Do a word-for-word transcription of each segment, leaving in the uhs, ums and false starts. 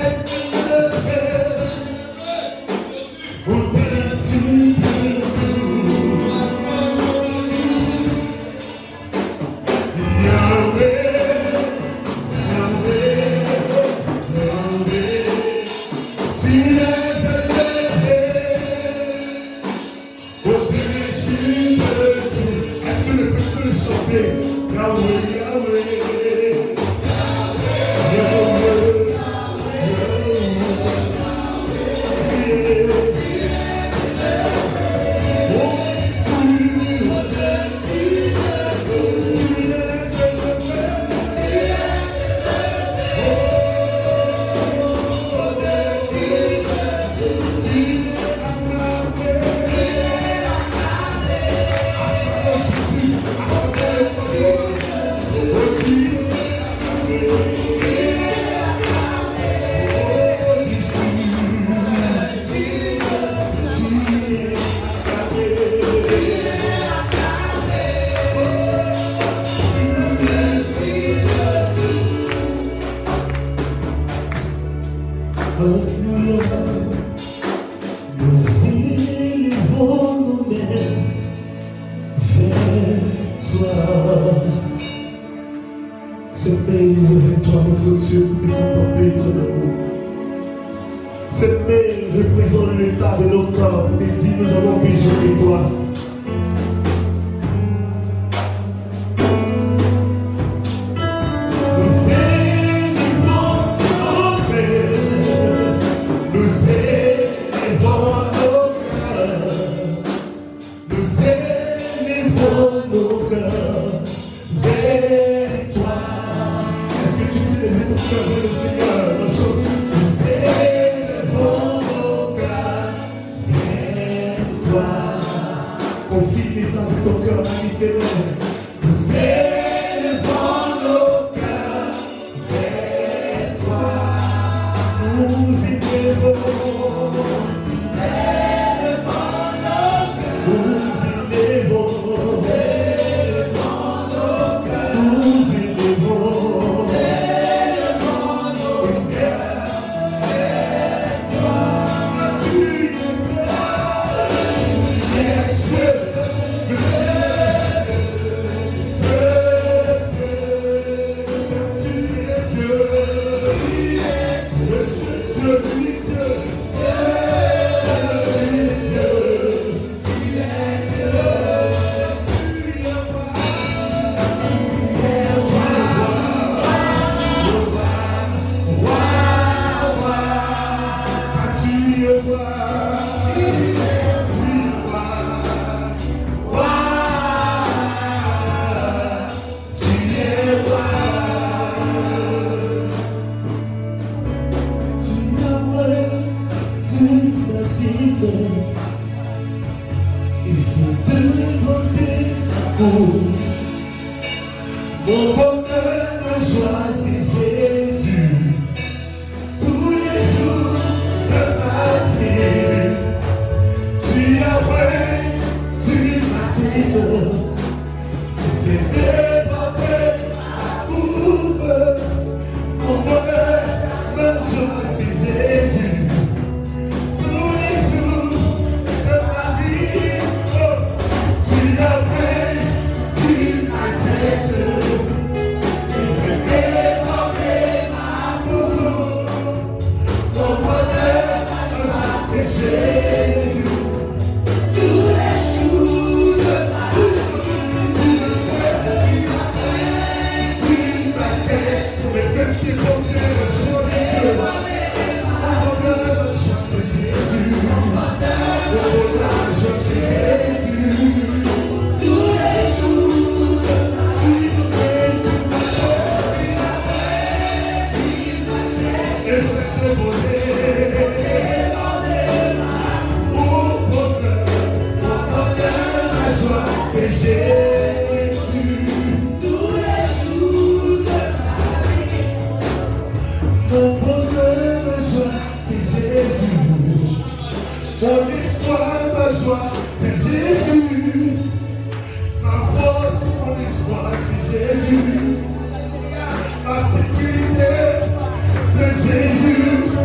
Ma sécurité, c'est Jésus.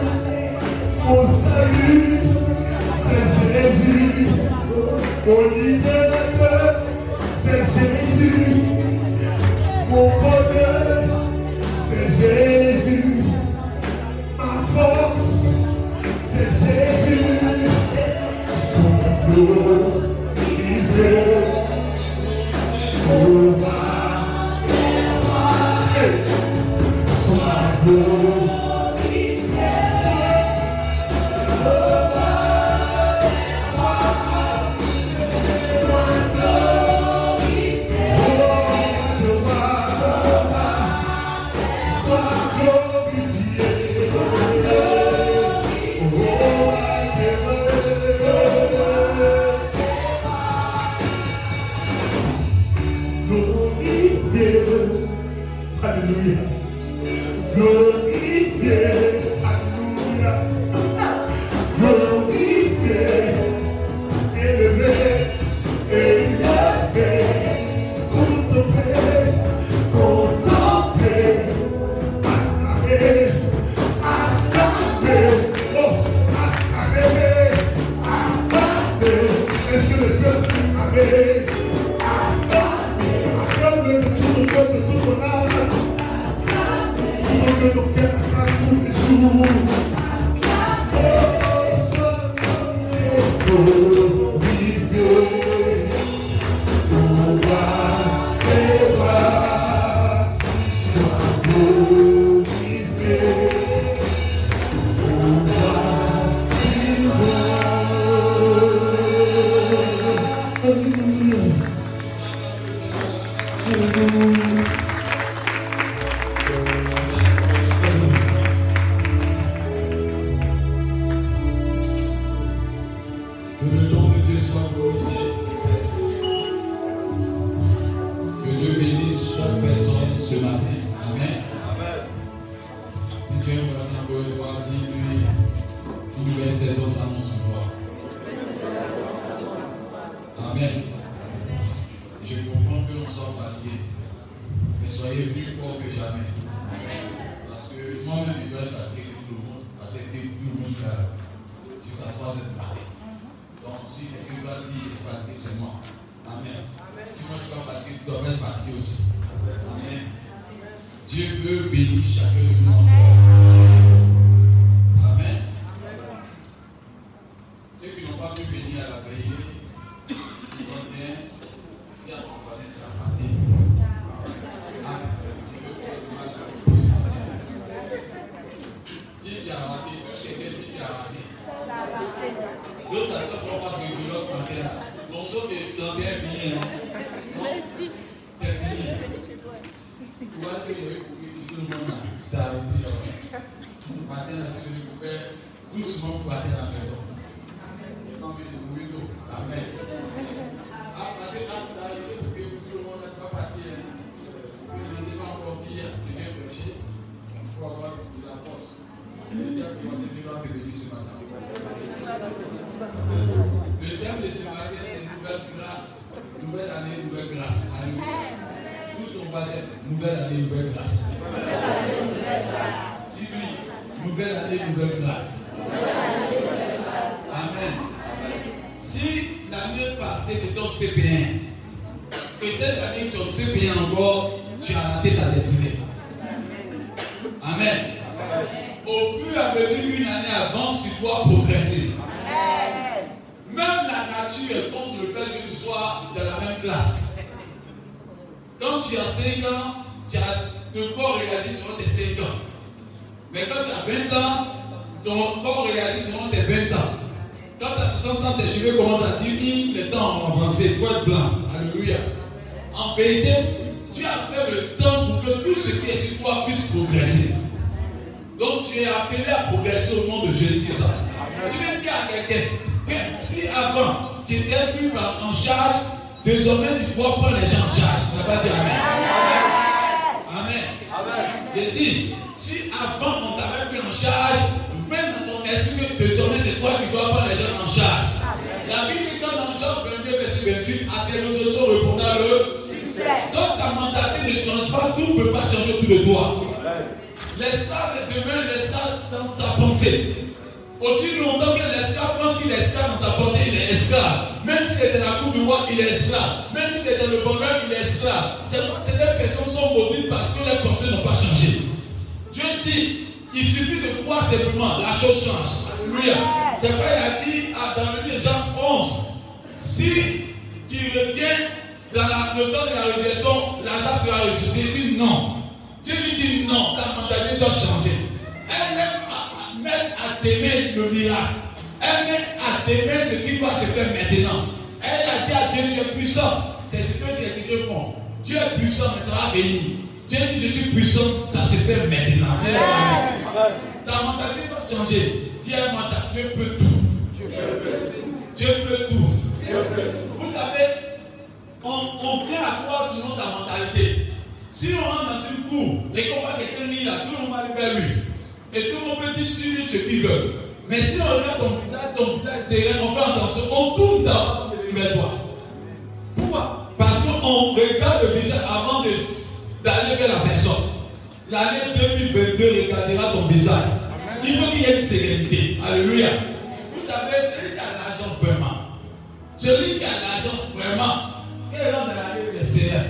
Aussi longtemps que l'esclave pense qu'il est esclave dans sa pensée, il est esclave. Même s'il est dans la cour du roi, il est esclave. Même s'il est dans le bondage, il est esclave. Certaines personnes sont maudites parce que leurs pensées n'ont pas changé. Dieu dit, il suffit de croire simplement, la chose change. Alléluia. C'est pourquoi il a dit dans le livre de Jean onze, si tu reviens dans la, le temps de la résurrection, Lazare sera ressuscité. Il dit non. Dieu lui dit non, ta mentalité doit changer. Elle aime même à t'aimer le miracle. Elle aime à t'aimer ce qui doit se faire maintenant. Elle a dit à Dieu, tu es puissant. C'est ce que les Dieu font. Dieu est puissant, mais ça va venir. Dieu dit, je suis puissant, ça se fait maintenant. Ouais. Ta mentalité doit changer. Dis-moi ça, Dieu peut tout. Dieu peut tout. Dieu peut tout. Dieu peut tout. Vous savez, on, on vient à croire selon ta mentalité. Si on rentre dans une cour et qu'on voit quelqu'un lire là, tout le monde va lui vers lui. Et tout le monde peut dire sur lui ce qu'il veut. Mais si on regarde ton visage, ton visage serein, on fait attention, on tourne d'abord vers toi. Pourquoi? Parce qu'on regarde le visage avant de, d'aller vers la personne. L'année deux mille vingt-deux regardera ton visage. Il faut qu'il y ait une sérénité. Alléluia. Vous savez, celui qui a l'argent vraiment, celui qui a l'argent vraiment, quel rentre dans la vie est serein.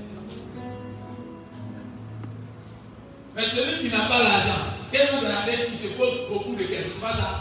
Mais celui qui n'a pas l'argent, quel rentre dans la vie qui se pose beaucoup de questions, c'est pas ça.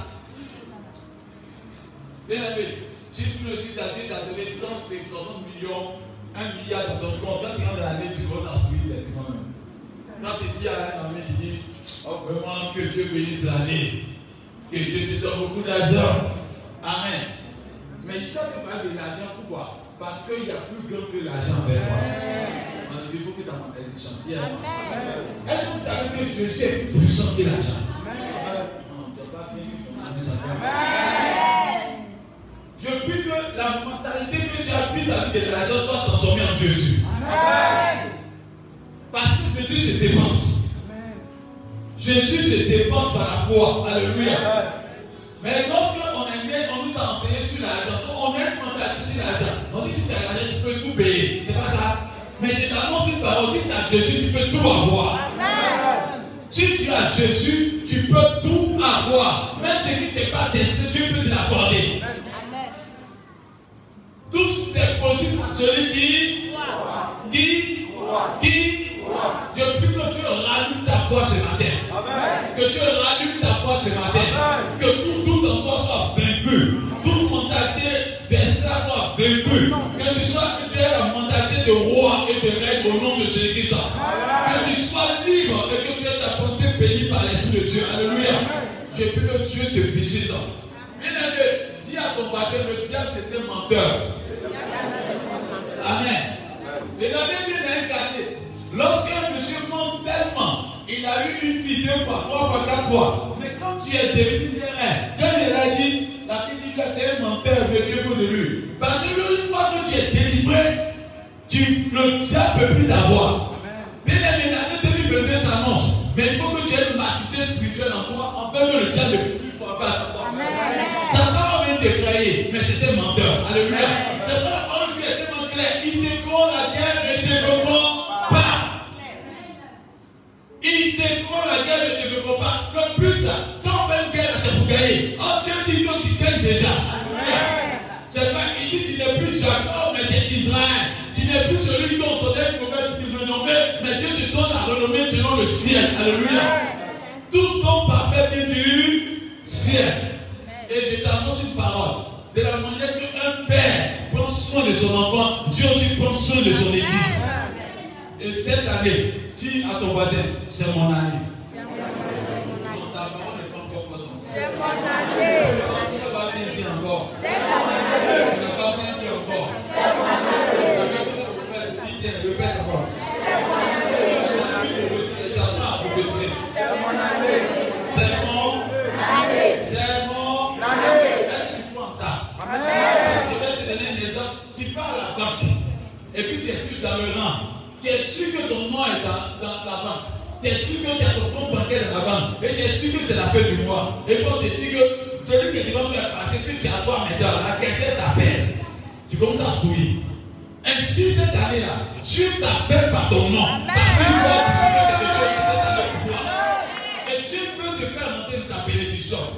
Bien aimé, si tu le cites à Dieu, tu as donné cent soixante millions, un milliard dans ton compte, quand tu rentres dans la vie, tu vas t'en suivre toi-même. Quand tu dis à un ami, tu dis, oh vraiment que Dieu bénisse l'année, que Dieu te donne beaucoup d'argent. Amen. Mais je sais que pas de l'argent, pourquoi? Parce qu'il y a plus grand que l'argent vers moi. Il faut que ta mentalité change. Est-ce que vous savez que Jésus est plus puissant que l'argent? Non, tu n'as pas bien que ton ami s'appelle. Depuis que la mentalité que tu as pris dans la vie de l'argent soit transformée en Jésus. Amen. Parce que Jésus se dépense. Jésus se dépense par la foi. Alléluia. Mais lorsqu'on est né, on nous a enseigné sur l'argent. On a une mentalité sur l'argent. On dit si tu as l'argent, tu peux tout payer. C'est pas ça. Mais je t'annonce une parole. Si tu as Jésus, tu peux tout avoir. Amen. Si tu as Jésus, tu peux tout avoir. Même ce qui n'est pas destiné, Dieu peut te l'accorder. Tous est possible à celui qui, qui, qui, depuis que Dieu rallume ta foi ce matin, Amen. Que Dieu rallume ta foi ce matin, Amen. Que tout, tout en toi soit vaincu, toute mentalité d'esclave soit vaincu, que tu sois que tu aies la mentalité de roi et de règne au nom de Jésus-Christ, que tu sois libre et que tu aies ta pensée bénie par l'Esprit de Dieu. Alléluia. Je prie que Dieu te visite. Bien aimé, dis à ton voisin, le diable c'est un menteur. Amen. Regardez bien dans un quartier. Lorsqu'un monsieur monte tellement, il a eu une fille deux fois, trois fois, quatre fois. Mais quand tu es devenu un, quand il a dit, la fille dit que c'est un menteur, méfiez-vous de lui. Parce que une fois que tu es délivré, tu, le diable ne peut plus t'avoir. Bien aimé, l'année deux mille vingt-deux s'annonce. Mais il faut que tu aies une maturité spirituelle en toi, afin que le diable ne puisse plus frapper à ta porte. Satan vient t'effrayer, mais c'était un menteur. Alléluia. C'est pas un Dieu est tellement clair. Ils ne font la guerre, mais ils ne développeront pas. Ils défendent la guerre, mais ils ne développeront pas. Le but, quand on fait une guerre, c'est pour gagner. Oh, Dieu dit que tu gagnes déjà. C'est pas, il dit tu n'es plus Jacob, mais tu es Israël. Tu n'es plus celui dont on donne une nouvelle renommée, mais Dieu te donne la renommée selon le ciel. Alléluia. Tout ton parfait vient du ciel. Et je t'annonce une parole. De la manière qu'un père prend soin de son enfant, Dieu aussi prend soin de son église. Et cette année, dis à ton voisin, c'est mon année. Ta parole n'est pas encore présente. C'est mon année. Tu n'as pas bien dit encore. C'est mon année. Tu n'as pas bien dit encore. C'est mon année. Répète encore. C'est mon année. C'est mon année. C'est mon année. C'est mon année. Est-ce qu'il faut en ça? Je vais te donner un exemple. Tu pars à la banque et puis tu es sûr dans le rang. Tu es sûr que ton nom est dans, dans la banque. Tu es sûr que tu as ton compte bancaire dans la banque. Et tu es sûr que c'est la fin du mois. Et puis on te dit que celui que tu vas faire passer, que tu as toi maintenant, la caissière t'appelle. Tu commences à sourire. Ainsi, cette année-là, Dieu t'appelle par ton nom. Parce que tu vas décider quelque chose de cette année pour toi. Et Dieu veut te faire monter de ta bénédiction.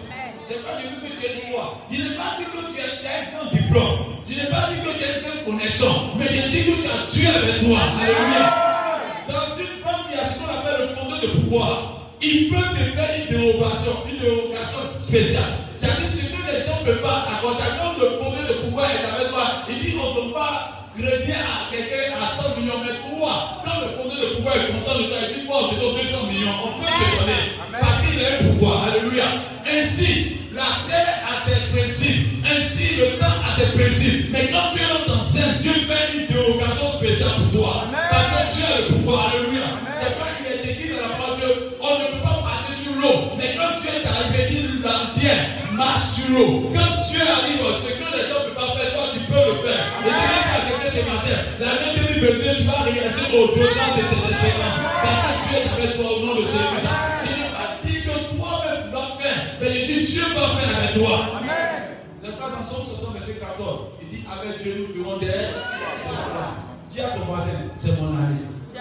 C'est pas du tout que tu es du roi. Je n'ai pas dit que tu as un grand diplôme. Je n'ai pas dit que tu as une grande connaissance. Mais je dis que tu as Dieu avec toi. Alléluia. Dans une femme, il y a ce qu'on appelle le fondeur de pouvoir. Il peut te faire une dérogation, une dérogation spéciale. C'est-à-dire ce que les gens ne peuvent pas accorder. Quand le fondeur de pouvoir est avec toi, il dit qu'on ne peut pas crédit à quelqu'un à cent millions. Mais toi, quand le fondeur de pouvoir est content de toi, il dit quoi, on te donne deux cents millions. On peut te donner. Parce qu'il a un pouvoir. Alléluia. Ainsi, la terre a ses principes. Ainsi, le temps a ses principes. Mais quand tu es dans scène, Dieu fait une dérogation spéciale pour toi. Amen. Parce que Dieu a le pouvoir. Alléluia. C'est pas qu'il est écrit dans la parole que on ne peut pas marcher sur l'eau. Mais quand Dieu est arrivé, il va bien, marche sur l'eau. Quand Dieu arrive, ce que les gens ne peuvent pas faire, toi tu peux le faire. Et tu vas faire quelqu'un ce matin. L'année deux mille vingt-deux, tu vas réagir au-delà de tes espérances. Parce que Dieu est avec toi au nom de Jésus. Je n'ai pas dit que toi-même tu vas faire. Mais je dis Dieu va faire avec toi. Amen. C'est pas dans Somme soixante, verset quatorze. Il dit avec Dieu nous ferons des exploits. Dis à ton voisin, c'est mon ami.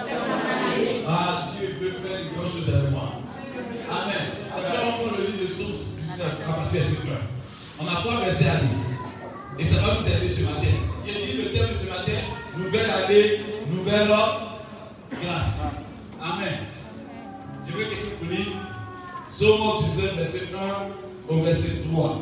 Ah, Dieu veut faire une grande chose avec moi. Amen. C'est là on prend le livre de Somme dix-neuf, à partir de ce point. On a trois versets à lire. Et ça va nous aider ce matin. Il dit le thème de ce matin, nouvelle année, nouvelle grâce. Amen. Je veux que tu lis Somme dix-neuf, verset un au verset trois.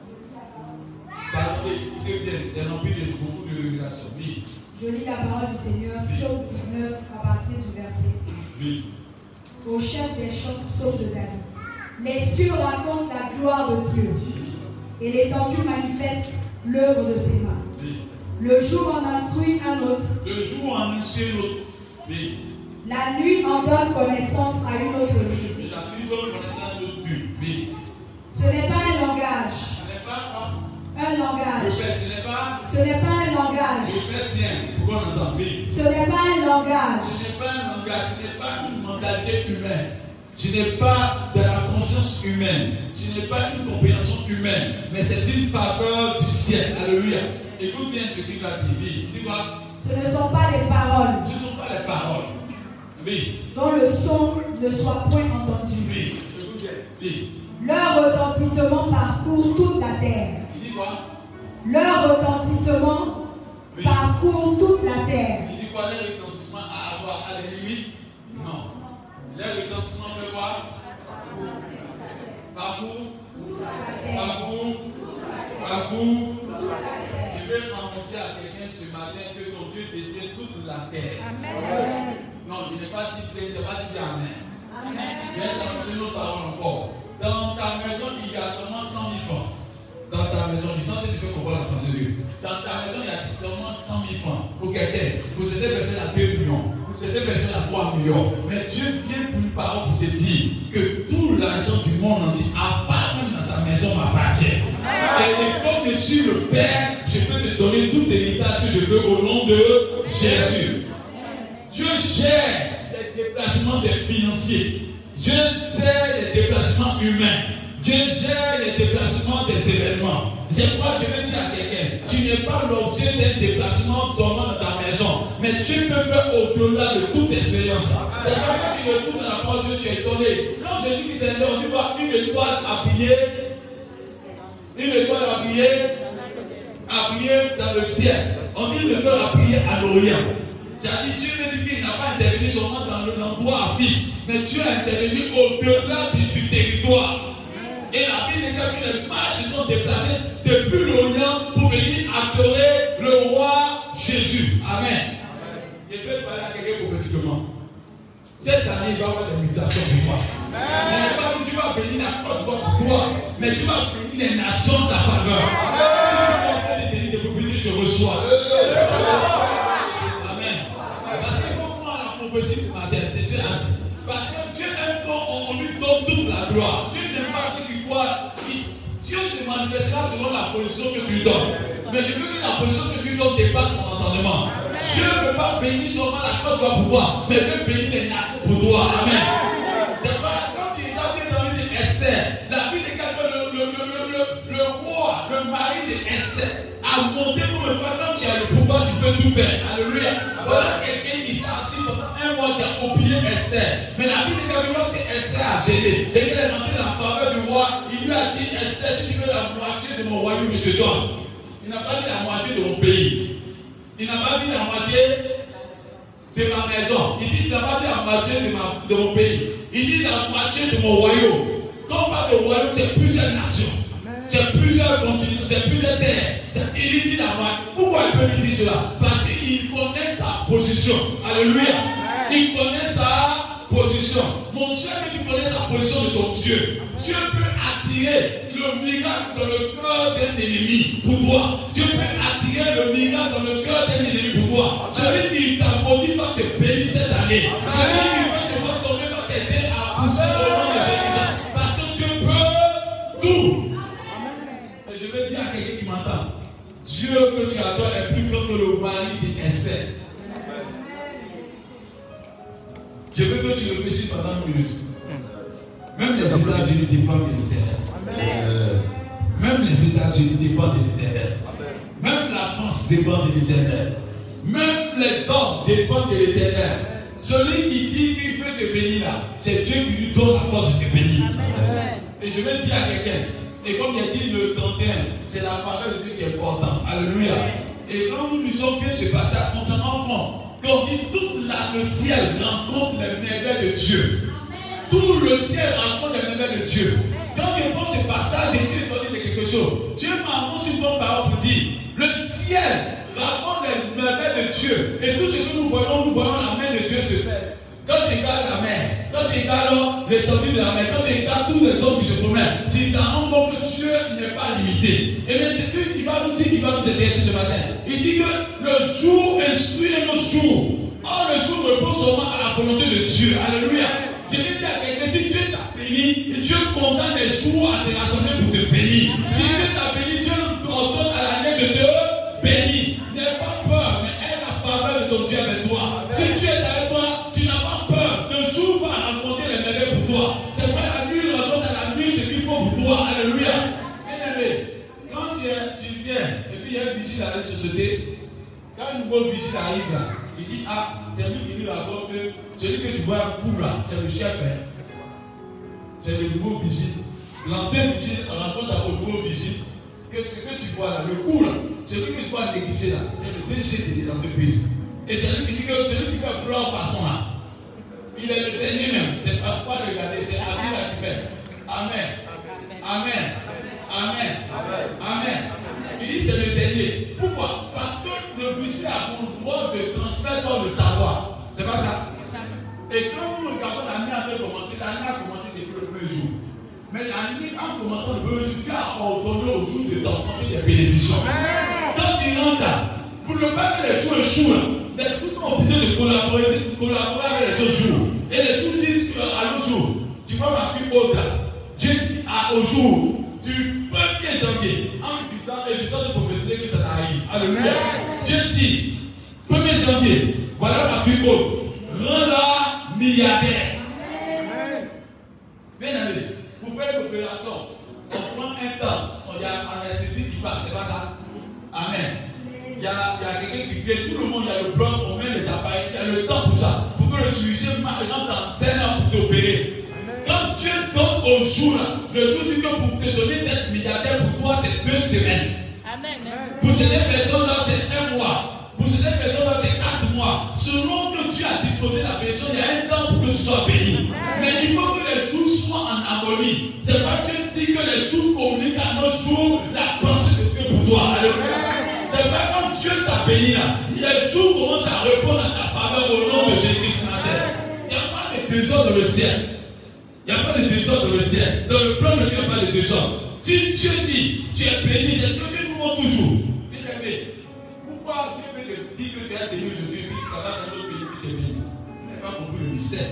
Parlez, écoutez bien, c'est rempli de beaucoup de révélations. Oui. Je lis la parole du Seigneur, Psaume dix-neuf, à partir du verset. Oui. Au chef des chants, psaume de David. Les cieux racontent la gloire de Dieu, et l'étendue manifeste l'œuvre de ses mains. Oui. Le jour en instruit un autre. Le jour en instruit un autre. Oui. La nuit en donne connaissance à une autre nuit. La nuit donne connaissance à une autre nuit. Oui. Ce n'est pas un langage. Ce n'est pas un langage. Ce n'est pas. Ce n'est pas un langage. Vous faites bien. Pourquoi on entend? Oui. Ce n'est pas un langage. Ce n'est pas un langage. Ce n'est pas une mentalité humaine. Ce n'est pas de la conscience humaine. Ce n'est pas une compréhension humaine. Mais c'est une faveur du ciel. Alléluia. Écoute bien ce qu'il va dire. Dis quoi? Ce ne sont pas les paroles. Ce ne sont pas les paroles. Oui. Dont le son ne soit point entendu. Oui. Écoute bien. Oui. Leur retentissement parcourt toute la terre. Il dit quoi? Leur retentissement oui. parcourt toute la terre. Il dit quoi? Leur retentissement à avoir à des limites? Non. Leur retentissement fait quoi? Parcours. Parcours. Parcours. Je vais annoncer à quelqu'un ce matin que ton Dieu détient toute la terre. Amen. Non, je n'ai pas dit que je n'ai pas dit Amen. Amen. Je vais t'annoncer nos paroles encore. Dans ta maison, il y a seulement cent mille francs. Dans ta maison, ils sont en train de faire comprendre la France de Dieu. Dans ta maison, il y a seulement cent mille francs. Pour quelqu'un, pour cette personne à deux millions. Pour cette personne à trois millions. Mais Dieu vient pour une parole pour te dire que tout l'argent du monde entier, à part même dans ta maison, m'appartient. Et comme je suis le Père, je peux te donner tout l'héritage que je veux au nom de Jésus. Dieu gère les déplacements des financiers. Dieu gère les déplacements humains. Dieu gère les déplacements des événements. C'est pourquoi je veux dire à quelqu'un, tu n'es pas l'objet d'un déplacement dormant dans ta maison, mais Dieu peut faire au-delà de toute expérience. C'est pas quand tu retournes dans la porte de Dieu, tu es étonné. Quand je dis qu'il s'est on dit quoi? Une étoile habillée, une étoile habillée, habillée dans le ciel. On dit une étoile habillée à l'Orient. C'est-à-dire Dieu veut dire qu'il n'a pas intervenu seulement dans l'endroit affiche, mais Dieu a intervenu au-delà du, du territoire. Et la Bible dit que les mages se sont déplacés depuis l'Orient pour venir adorer le roi Jésus. Amen. Je vais parler à quelqu'un prophétiquement. Cette année, il va y avoir des mutations pour toi. Je ne vais pas dire que tu vas bénir la Côte d'Ivoire pour toi, mais tu vas bénir les nations de ta faveur. Si tu vas faire des délits de propriété, je reçois. Amen. Parce qu'il faut prendre la prophétie de ma tête. Parce que Dieu aime quand on lui donne toute la gloire. Dieu n'aime pas ceux qui croient. Dieu se manifestera selon la position que tu lui donnes. Mais je veux que la position que tu lui donnes dépasse son entendement. Dieu ne veut pas bénir seulement la Côte d'Ivoire pour toi, mais veut bénir les nations pour toi. Amen. C'est pas quand tu es dans le livre d'Esther, la Bible dit que le, le, le, le, le, le roi, le mari d'Esther, a monté pour me faire quand tu as le pouvoir, tu peux tout faire. Alléluia. Voilà quelqu'un qui s'est assis pendant un mois qui a oublié Esther. Mais la Bible dit que lorsque Esther a gêné, et qu'elle est rentrée dans la faveur du roi, roi, il lui a dit, Esther, si tu veux la moitié de mon royaume, je te donne. Il n'a pas dit la moitié de mon pays. Il n'a pas dit la moitié de ma maison. Il dit, il n'a pas dit la moitié de, ma, de mon pays. Il dit la moitié de mon royaume. Quand on parle de royaume, c'est plusieurs nations. C'est plusieurs continents, c'est plusieurs terres. Il dit la moitié. Pourquoi il peut lui dire cela? Parce qu'il connaît sa position. Alléluia. Il connaît sa position. Mon cher, que tu connais la position de ton Dieu. Dieu peut attirer le miracle dans le cœur d'un ennemi pour toi. Dieu peut attirer le miracle dans le cœur d'un ennemi pour toi. Celui qui t'a maudit va te bénir cette année. Celui qui va te voir tomber va t'aider à pousser au nom de Jésus. Parce que Dieu peut tout. Et je vais dire à quelqu'un qui m'entend, Dieu que tu adores est plus grand que le mari d'Esther. Je veux que tu réfléchisses pendant une minute. Même les États-Unis dépendent de l'Éternel. Même les États-Unis dépendent de l'Éternel. Même la France dépend de l'Éternel. Même les hommes dépendent de l'Éternel. Celui qui dit qu'il peut te bénir là, c'est Dieu qui lui donne la force de te bénir. Et je vais dire à quelqu'un, et comme il a dit le trente et un, c'est la faveur de Dieu qui est importante. Alléluia. Et quand nous lisons bien ce passage, on s'en rend compte. Quand dit tout la, le ciel rencontre les merveilles de Dieu. Tout le ciel rencontre les merveilles de Dieu. Quand je prends ce passage, j'essaie de donner quelque chose. Dieu m'a annoncé une bonne parole pour dire le ciel rencontre les merveilles de Dieu. Et tout ce que nous voyons, nous voyons la main de Dieu se faire. Quand tu regardes la mer, quand tu regardes l'étendue de la mer, quand tu regardes tous les hommes qui se promènent, tu t'en rends compte que Dieu n'est pas limité. Et bien c'est lui qui va nous dire, qui va nous aider ici ce matin. Il dit que le jour instruit nos jours. Or le jour repose seulement à la volonté de Dieu. Alléluia. Je vais dire à quelqu'un, si Dieu t'a béni, Dieu condamne les jours à se rassembler pour te bénir. Si Dieu t'a béni, Dieu ordonne à l'année de te bénir. N'aie pas peur, mais aie la faveur de ton Dieu avec toi. Si Dieu est avec toi, tu n'as pas peur. Le jour va rencontrer les merveilles pour toi. C'est pas la nuit, rencontre à la nuit ce qu'il faut pour toi. Alléluia. Bien-aimé, quand tu, tu viens, et puis il y a un vigile à la société, quand un nouveau vigile arrive là, il dit, ah, c'est lui qui dit là-bas que celui que tu vois pour là, c'est le chef. Hein. C'est le nouveau vigile. L'ancien vigile rencontre au nouveau vigile que ce que tu vois là, le coup là, celui que tu vois négliger là, c'est le D G de l'entreprise. Et c'est lui qui dit que celui qui fait plan façon là, il est le dernier même. C'est pas quoi regarder, c'est à lui là qui fait. Amen. Amen. Amen. Amen. Il dit c'est le dernier. Pourquoi? Parce que le vigile a pour droit de transmettre le savoir. C'est pas ça? Et quand nous regardons l'année a commencé, l'année a commencé depuis le premier jour. Mais l'année, en commençant le premier jour, Dieu a ordonné aux jours de t'enfanter des bénédictions. Quand tu rentres là, pour ne pas que les jours échouent, les jours sont obligés de collaborer, collaborer avec les autres jours. Et les jours disent à l'autre jour, tu vois ma fille haute là, Dieu dit au jour du premier janvier, en lui disant, et je sens de prophétiser que ça arrive. Alléluia. Dieu dit, premier janvier, voilà ma fille haute, rends-la milliardaire. Bien aimé, pour faire l'opération, on prend un temps, on y a un anesthésie qui passe, c'est pas ça? Amen. Il y a, il y a quelqu'un qui fait, tout le monde, il y a le bloc, on met les appareils, il y a le temps pour ça, pour que le chirurgien marche dans un an pour t'opérer. Quand Dieu donne au jour là, le jour dit que pour te donner d'être milliardaire pour toi, c'est deux semaines. Amen. Pour certaines personnes-là, c'est un mois. Pour certaines personnes-là, c'est quatre mois. Selon que Dieu a disposé la bénédiction, il y a un temps pour que tu sois béni. Mais il faut que les jours soient en harmonie. C'est pas que dit que les jours communiquent à nos jours la pensée de Dieu pour toi. Alléluia. C'est pas quand Dieu t'a béni là, les jours commencent à répondre à ta faveur au nom de Jésus-Christ. Il n'y a pas de trésor dans le ciel. Il n'y a pas de trésor dans le ciel. Dans le plan de Dieu, il n'y a pas de trésor. Si Dieu dit, tu es béni, c'est ce que Dieu nous montre toujours. Pourquoi Dieu veut te dire que tu es béni aujourd'hui, puis ça va dans notre pays, puis tu es béni? Tu n'as pas compris le mystère.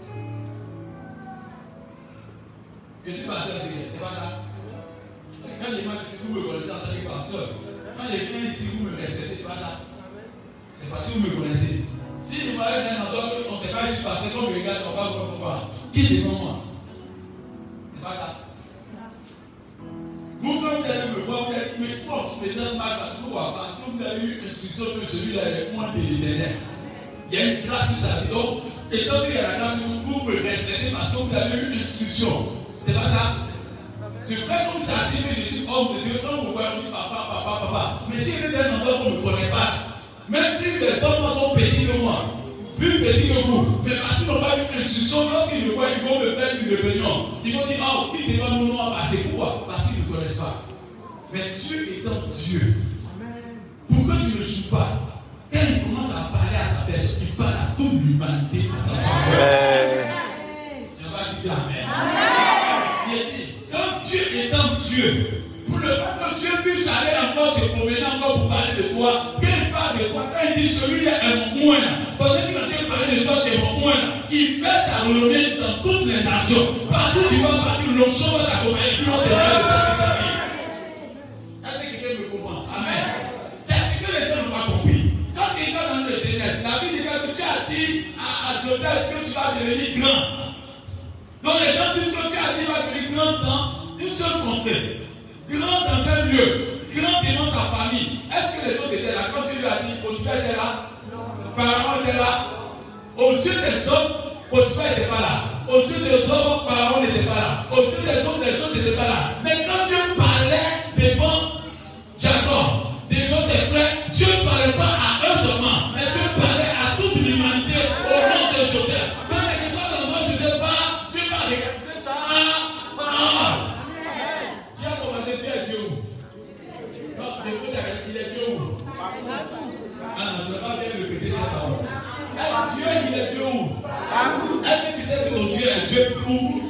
Je suis pasteur, c'est pas ça. Quand les gens ici, vous me connaissez en tant que pasteur. Quand les gens ici, vous me respectez, c'est pas ça. C'est parce que vous me connaissez. Si je m'arrête un endroit qu'on ne sait pas, je suis pasteur, qu'on me regarde, on va voir pourquoi. Qui est devant moi? C'est pas ça. Vous, quand vous allez me voir, vous allez me force, me donne mal à toi, parce que vous avez eu une instruction que celui-là est moins de l'Éternel. Il y a une grâce sur sa vie. Donc, étant donné qu'il y a la grâce, vous me respectez parce que vous avez eu une instruction. C'est pas ça? C'est vrai comme ça, je suis homme de Dieu, quand vous voyez, on dit papa, papa, papa. Mais si il est un endroit qu'on ne connaît pas, même si les hommes sont petits que moi, plus petits que vous, mais parce qu'ils n'ont pas eu l'instruction, lorsqu'ils me voient, ils vont me faire une réunion. Ils vont dire, oh, qui devant nous, non, c'est pourquoi? Parce qu'ils ne connaissent pas. Mais Dieu étant Dieu, pourquoi tu ne joues pas? Quand il commence à parler à ta personne, il parle à toute l'humanité. Tu vas dire Amen. Il dit, quand Dieu étant Dieu, pour le moment que Dieu puisse aller encore se promener encore pour parler de toi, qu'il parle de toi, quand il dit celui-là est mon moine, parce qu'il a parlé de toi, c'est mon moine, il fait ta renommée dans toutes les nations. Partout tu vas partir, l'onction va t'accompagner, puis on te verra de sa vie. Est-ce que quelqu'un me comprend? Amen. C'est ce que les gens n'ont pas compris. Quand tu es dans le Genèse, la Bible dit que tu as dit à, à Joseph que tu vas devenir grand. Donc les gens disent que tu as dit qu'il va devenir grand dans une seule contrée. Grand dans un lieu, grand devant sa famille. Est-ce que les autres étaient là? Quand Dieu lui a dit, Potiphar était là, Pharaon était là. Aux yeux des hommes, Potiphar n'était pas là. Aux yeux des hommes, Pharaon n'était pas là. Aux yeux des hommes, les autres n'étaient pas là. Mais quand Dieu parlait devant Jacob, devant ses frères, Dieu ne parlait pas à eux seulement, mais Dieu parlait à toute l'humanité au nom de Joseph. Quand quelque chose dans un Joseph part, Dieu va regarder ça. Ah, ah. Il est Dieu où? Ah non, je ne vais pas bien répéter cette parole. Dieu, il est Dieu où? Est-ce que tu sais que ton Dieu est Dieu où?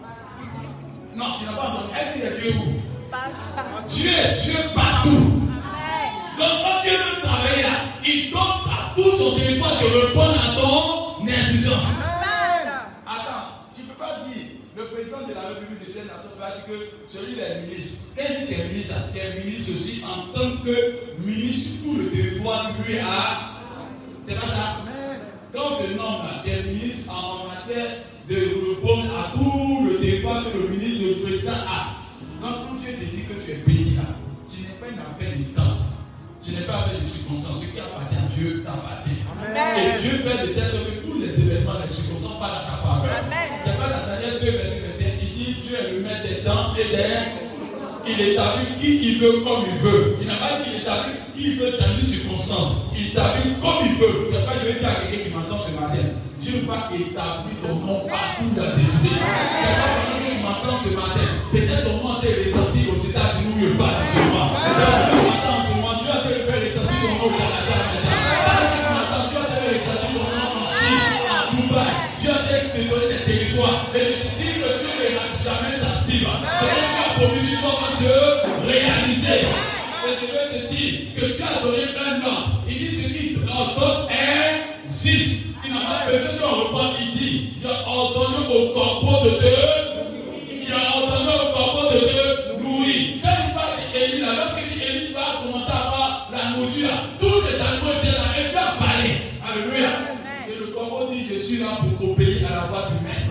Non, tu n'as pas entendu. Est-ce qu'il est Dieu où? Dieu est Dieu partout. Donc quand Dieu veut travailler là, il donne à tout son territoire de répondre à ton exigence. Attends, tu ne peux pas dire, le président de la République de cette nation va dire que celui-là est ministre. Quel qui est ministre? Qui est ministre aussi en tant que ministre sur tout le territoire lui a. C'est pas ça? Quand je nomme là, qui est ministre en matière de répondre à tout le territoire que le ministre, le président a. Donc quand Dieu te dit que tu es béni là, ce n'est pas une affaire du temps. Ce n'est pas avec les circonstances. Ce qui appartient à Dieu t'appartient. Et Dieu fait de telle sorte que tous les événements, les circonstances parlent à ta faveur. C'est pas dans Daniel deux, verset vingt et un. Il dit Dieu est le maître des temps et des. Il établit qui il veut comme il veut. Il n'a pas dit qu'il établit qui il veut dans une circonstance. Il établit comme il veut. Je ne sais pas, je vais dire à quelqu'un qui m'entend ce matin. Dieu va établir ton nom partout dans le décidé. Je ne sais pas parce que tu m'entends ce matin. Peut-être ton nom est établi aux États-Unis ou pas en ce moment. Tu m'entends en ce moment. Dieu a fait établir ton nom au Canada maintenant. Tu m'entends, Dieu a fait établir ton nom en Chine, à Dubaï. Dieu a fait te donner des territoires. Et je te dis que Dieu ne lâche jamais sa cible. Provision va se réaliser. Et je vais te dire que tu as donné un nom. Il dit ce qui ordonne existe. Il n'a pas besoin de reprendre. Il dit il a ordonné au corbeau de te. Il a ordonné au corbeau de te nourrir. Quand il parle d'Élie là, lorsqu'il dit Élie va commencer à avoir la nourriture là, tous les animaux étaient là et tu as parlé. Alléluia. Et le corbeau dit je suis là pour obéir à la voix du maître.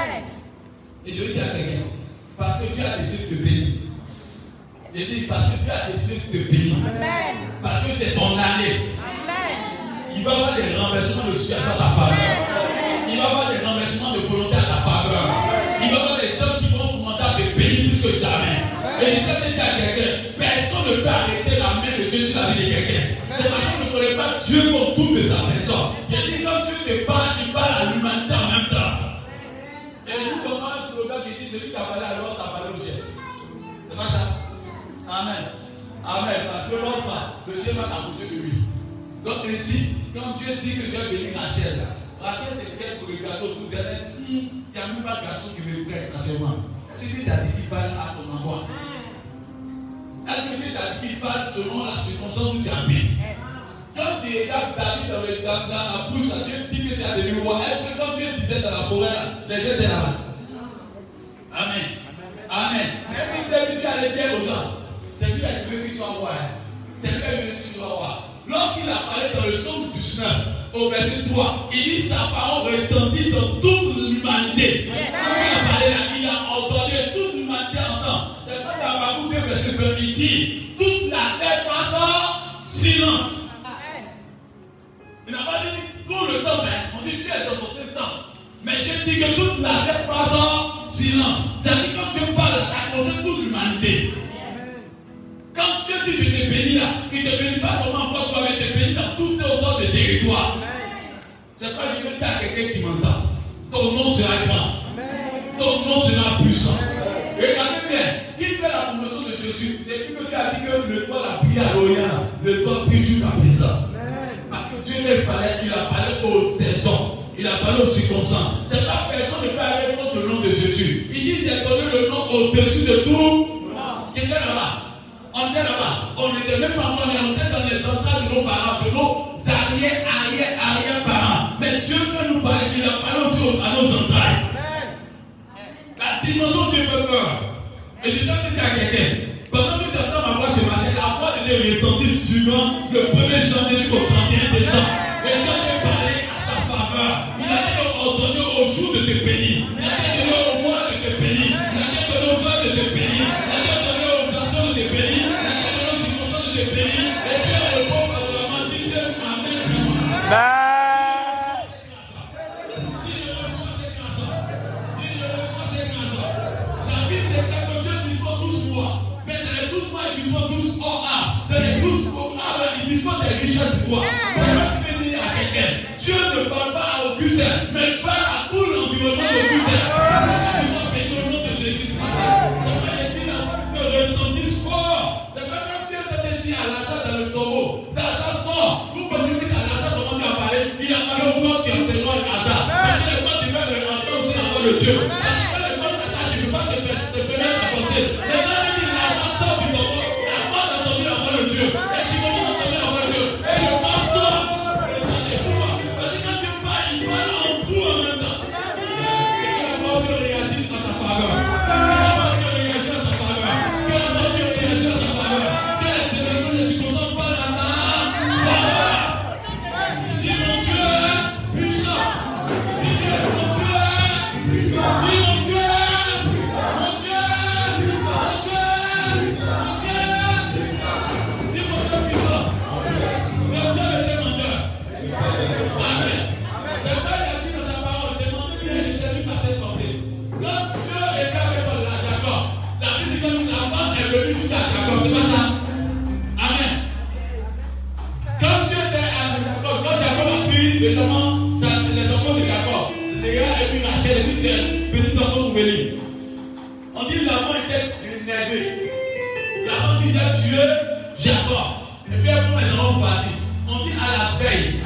Et je vais dire à quelqu'un. Parce que Dieu a décidé de te bénir. Il dit parce que Dieu a décidé de te bénir. Amen. Parce que c'est ton année. Amen. Il va y avoir des renversements de situation à ta faveur. Il va y avoir des renversements de volonté à ta faveur. Il va y avoir des gens qui vont commencer à te bénir plus que jamais. Et je vais dire à quelqu'un, personne ne peut arrêter la main de Dieu sur la vie de quelqu'un. C'est parce qu'on ne connaît pas Dieu comme tout de sa personne. Il dit quand Dieu te parle, il parle à l'humanité en même temps. Et nous commençons un slogan qui dit celui qui a parlé à l'or, ça a parlé au ciel. C'est pas ça? Amen. Amen. Parce que l'or, ça, le ciel va s'approcher de lui. Donc ici, quand Dieu dit que j'ai béni Rachel, Rachel c'est quelqu'un pour le gâteau tout derrière. Il n'y a même pas de garçon qui me prête actuellement. C'est lui qui t'a dit qu'il parle à ton endroit. Est-ce que Dieu t'a dit qu'il parle selon la circonstance où tu habites? Quand tu regardes David dans, le, dans, dans la bouche, Dieu dit que tu as devenu roi. Est-ce que quand Dieu disait dans la forêt, les gens étaient là-bas? Amen. Amen. Est-ce que David allait dire aux gens? C'est lui qui a voulu qu'il soit roi. C'est lui qui a voulu qu'il soit roi. Lorsqu'il a parlé dans le psaume dix-neuf, au verset trois, il dit sa parole retentit dans toute l'humanité. Quand il a parlé là, il a entendu toute l'humanité entend. C'est pas dans la bouche, verset vingt, il dit toute la terre passe en silence. Il n'a pas dit tout le temps, mais on dit Dieu est dans son temps. Mais Dieu dit que toute la terre passe en silence. C'est-à-dire quand Dieu parle, la concept toute l'humanité. Quand Dieu dit je te bénis là, il ne te bénit pas seulement pour toi, mais il te bénit dans toutes les sortes de territoires. C'est pas je veux dire à quelqu'un qui m'entend. Ton nom sera grand. Ton nom sera puissant. Regardez bien, qui fait la promotion de Jésus? Depuis que Dieu a dit que le toit l'a prié à l'Orient, le toit prie jusqu'à présent. Parce que Dieu lui parlait, il a parlé aux personnes, il a parlé aux circonstances. C'est pas personne ne peut aller contre le nom de Jésus. Il dit qu'il a donné le nom au-dessus de tout. Il était là-bas. On était là-bas. On n'était même pas encore, on était dans les entrailles de nos parents, de nos arrière, arrière, arrière parents. Mais Dieu veut nous parler, il a parlé aussi à nos entrailles. La dimension Dieu fait peur. Et je chante à quelqu'un. Pendant que tu entends ma voix ce matin, la voix de Dieu retentit suivant le premier janvier jusqu'au trente et un décembre. Et Dieu veut parler à ta faveur. Il a dit ordonné au jour de te bénir. Il a dit donné au mois de te bénir. Il a dit donné aux heures de te bénir. Il a dit donné aux personnes de te bénir. Il a dit donné aux circonstances de te bénir. Et Dieu répond favorablement. Dis-le Amen. Amen. Dieu ne parle pas à Auguste, mais il parle à tout l'environnement d'Auguste. Ils ont le nom de Jésus. C'est pas les dire que retentissent fort. C'est pas quand Dieu t'a dit à Lazare dans le tombeau. Lazare sort. Vous pensez que c'est à Lazare seulement qui a parlé. Il a parlé au corps qui a témoin de Lazare. Parce que le corps du verre entend aussi la voix de Dieu. Parce que le corps t'attache, il ne peut pas te permettre d'avancer. Mais quand il dit Lazare sort du tombeau, la voix a entendu la voix de Dieu. Et si vous entendez la voix de Dieu, et le corps sort. On dit que l'enfant était énervé. L'enfant qui a tué Jacob. Et puis après, les enfants sont partis. On dit à la veille.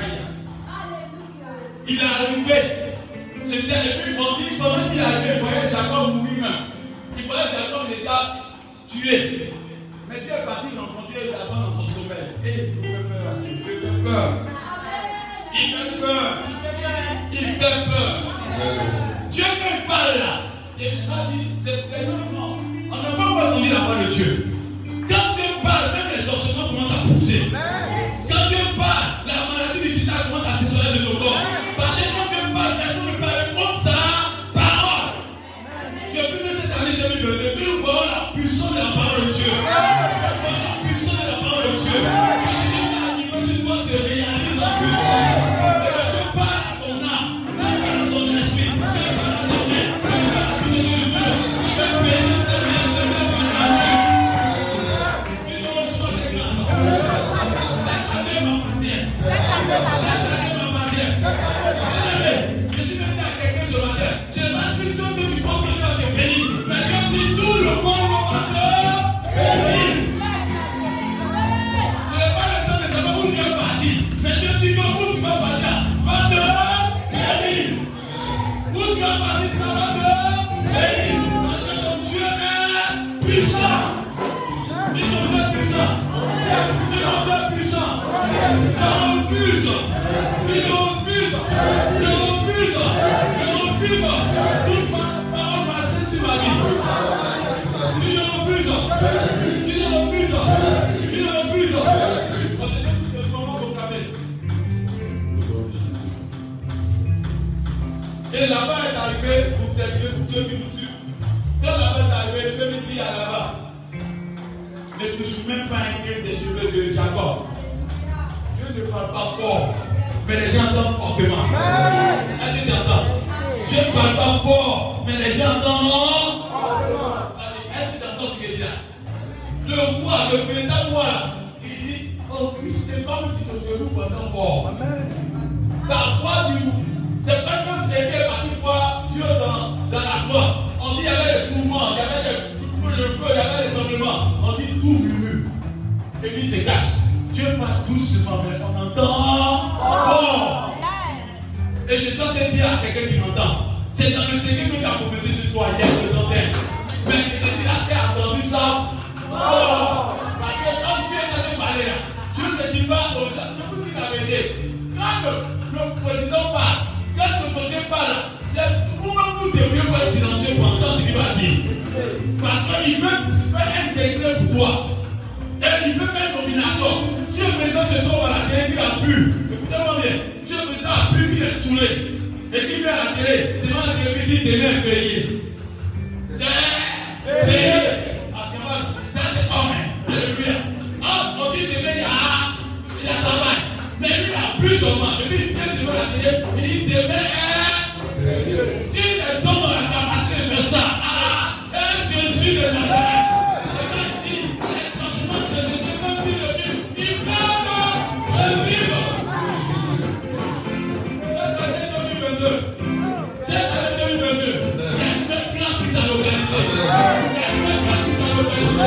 Il est arrivé. C'était, et puis on dit, pendant qu'il est arrivé, il voyait Jacob mourir. Il voyait Jacob déjà tué. Mais Dieu est parti rencontrer Jacob dans son sommeil. Et il fait peur à Dieu. Il fait peur. Il fait peur. Il fait peur. Dieu ne parle là. Il m'a dit, c'est vraiment. On ne peut pas entendre la voix de Dieu. Quand Dieu parle, même les ossements commencent à pousser. Quand Dieu parle, la maladie du sida commence à dissoluer de nos corps. Parce que quand Dieu parle, personne ne peut répondre sa parole. Depuis que cette année deux mille vingt-deux, nous voyons la puissance de la parole de Dieu. Nous voyons la puissance de la parole de Dieu. Quand je dis à niveau sur toi, se réalise en puissance. Et Dieu parle à ton âme, Dieu parle à ton esprit, Dieu parle à ton être. Et là-bas est arrivé, pour terminer, pour ceux qui nous tuent. Quand là-bas est arrivé, je me dis à là-bas, ne touche même pas un grain des cheveux de Jacob. Dieu ne parle pas fort, mais les gens entendent fortement. Est-ce que tu entends? Dieu ne parle pas fort, mais les gens entendent non. Est-ce que tu entends ce qu'il est là. Le roi, le véritable roi, il dit, oh Christ, c'est pas qui te déroule pendant fort. La voix du c'est pas comme les gars partis voir Dieu dans, dans la gloire. On dit il y avait des tourments, il y avait des feux, le feu, il y avait des tremblements. On dit tout murmure. Et puis il se cache. Dieu passe doucement, mais on entend fort. Et je suis en train de dire à quelqu'un qui m'entend, c'est dans le secret que tu as prophétisé sur toi hier, le lendemain. Mais je te dis, la terre a entendu ça. Oh! Parce que quand Dieu est en train de parler là, Dieu ne dit pas aux gens, je vous dis la vérité. Quand le, le président parle, quand le président parle, c'est vous-même vous devriez pas être silencieux pour entendre ce qu'il va dire. Parce qu'il veut faire un décret pour toi. Et il veut faire une nomination. Si le président se trouve à la télé, il a plu. Écoutez-moi bien. Si le président a plu, il est saoulé. Et qu'il vient à la télé, devant la télé, il dit demain payé. C'est payé. Alléluia. Ah, on dit demain, il y a, il y a travail. Mais lui, il a plus seulement. Et puis, il vient devant la télé, il dit demain, si les hommes ont la capacité de faire ça, ah, et Jésus de Nazareth, il dit, les changements de Jésus, même si le vivre, il peuvent le vivre. Cette année deux mille vingt-deux, cette année deux mille vingt-deux, il y a une belle classe qui t'a organisé. Il y a une belle classe qui t'a organisé.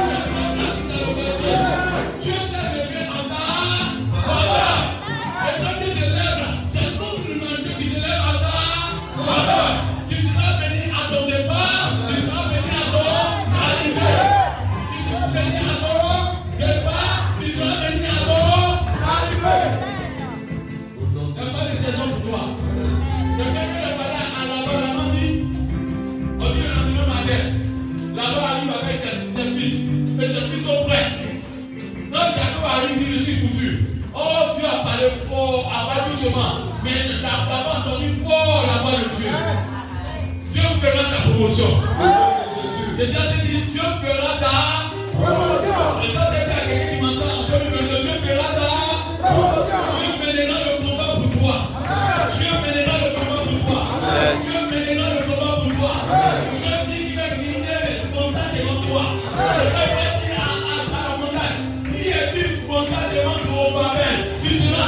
Mais la parole a entendu fort la voix de Dieu. Dieu fera ta promotion. Les gens te disent Dieu fera ta promotion. Les gens te disent à quelqu'un qui m'entend Dieu fera ta promotion. Dieu mènera le combat pour toi. Dieu mènera le combat pour toi. Dieu mènera le combat pour toi. Je dis qu'il va glisser les montagnes devant toi. Je vais dire à la montagne qui est une montagne devant toi au Babel. Tu seras à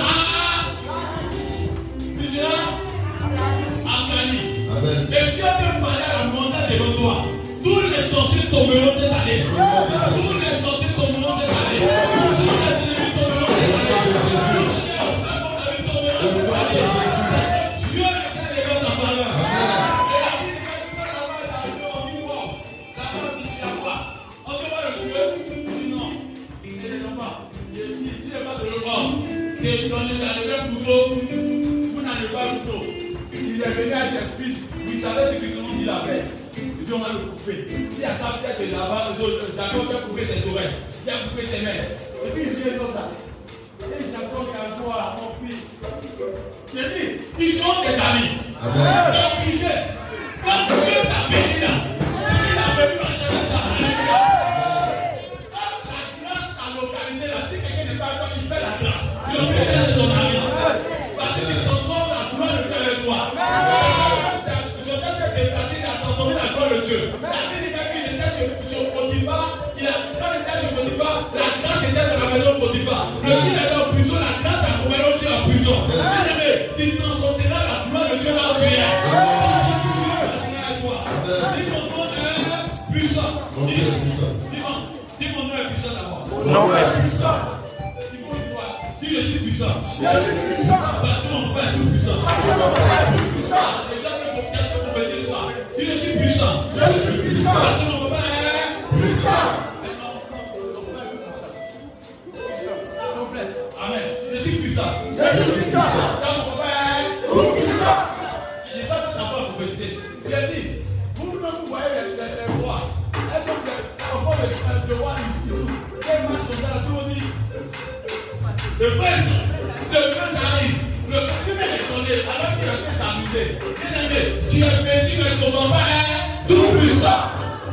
et Dieu te parler à la montagne devant toi. Tous les sorciers tomberont cette année. Tous les sorciers tomberont cette année. Tous les ennemis tomberont cette année. Tous les obstacles tomberont cette année. Dieu est devant ta faveur. Et la vie de quelqu'un là-bas est arrivée, on dit wow. Là-bas, on dit quoi? On te va le tuer? On dit non. Il est enfant. Il dit si n'est pas de le voir. Et dans les mêmes couteaux, vous n'allez pas le couteau. Il est venu avec ses fils, il savait ce qu'ils ont dit la veille. Il dit on va le couper. Si à ta tête est là-bas, Jacob a coupé ses oreilles, il a coupé ses mains. Et puis il vient comme ça. Et Jacob a dit à mon fils. Je dis, ils sont tes amis. Ils sont obligés. Quand Dieu t'a béni là, il a venu à chercher ça. Quand la grâce t'a localisé là, si quelqu'un n'est pas d'accord, il fait la grâce. Il a fait chercher son ami. Parce qu'il transforme la gloire de Dieu avec toi. Je t'ai fait déplacer, il a transformé la gloire de Dieu. La vie dit qu'il était chez Potiphar, il a, quand il était chez Potiphar, la grâce était dans la maison de Potiphar. Le fils était en prison, la grâce a trouvé aussi en prison. Bien-aimé, tu transformeras la gloire de Dieu là où tu es. Dis mon nom est puissant. Dis mon nom est puissant d'abord. Mon nom est puissant. Si je suis puissant, je suis puissant. Parce que mon Père est tout puissant. Parce que mon Père est tout puissant. Les gens qui vont faire cette prophétie soir. Si je suis puissant, je suis puissant. Parce que mon Père est puissant. Amen. Je suis puissant. Je suis puissant. Quand mon Père est tout puissant. Les gens qui n'ont pas prophétisé. Il a dit, vous-même vous voyez les, les, les rois. Est-ce que vous avez le roi du quel match comme ça, tout le monde dit. Le prince, le prince arrive. Le prince est étonné alors qu'il est en train de s'amuser. Bien-aimé, tu es béni, mais ton papa est tout puissant.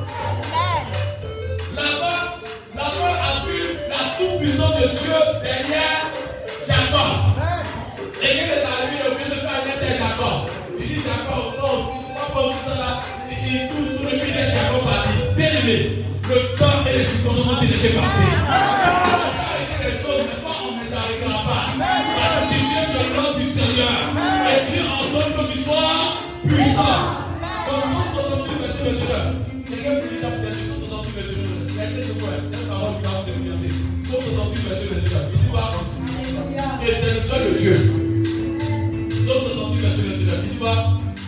Là-bas, là-bas a vu la toute-puissance de Dieu derrière Jacob. Et quand il est arrivé, au lieu de faire un Jacob, il dit Jacob, non, pas pour tout ça là. Il tout, tout le pays de Jacob a dit, bien-aimé, le le temps et les circonstances ont laissé passer. Les choses, mais pas on ne t'arrivera pas. Parce que tu viens de l'ordre du Seigneur. Et Dieu ordonne que tu sois puissant. Dans Somme soixante-huit, verset vingt-neuf. Quelqu'un peut dire ça peut-être, Somme soixante-huit, vingt-neuf. Verset de quoi? C'est la parole du quarante et unième siècle. Somme soixante-huit, verset vingt-neuf. Il dit pas, et c'est le seul Dieu. Somme soixante-huit, verset vingt-neuf. Il dit pas,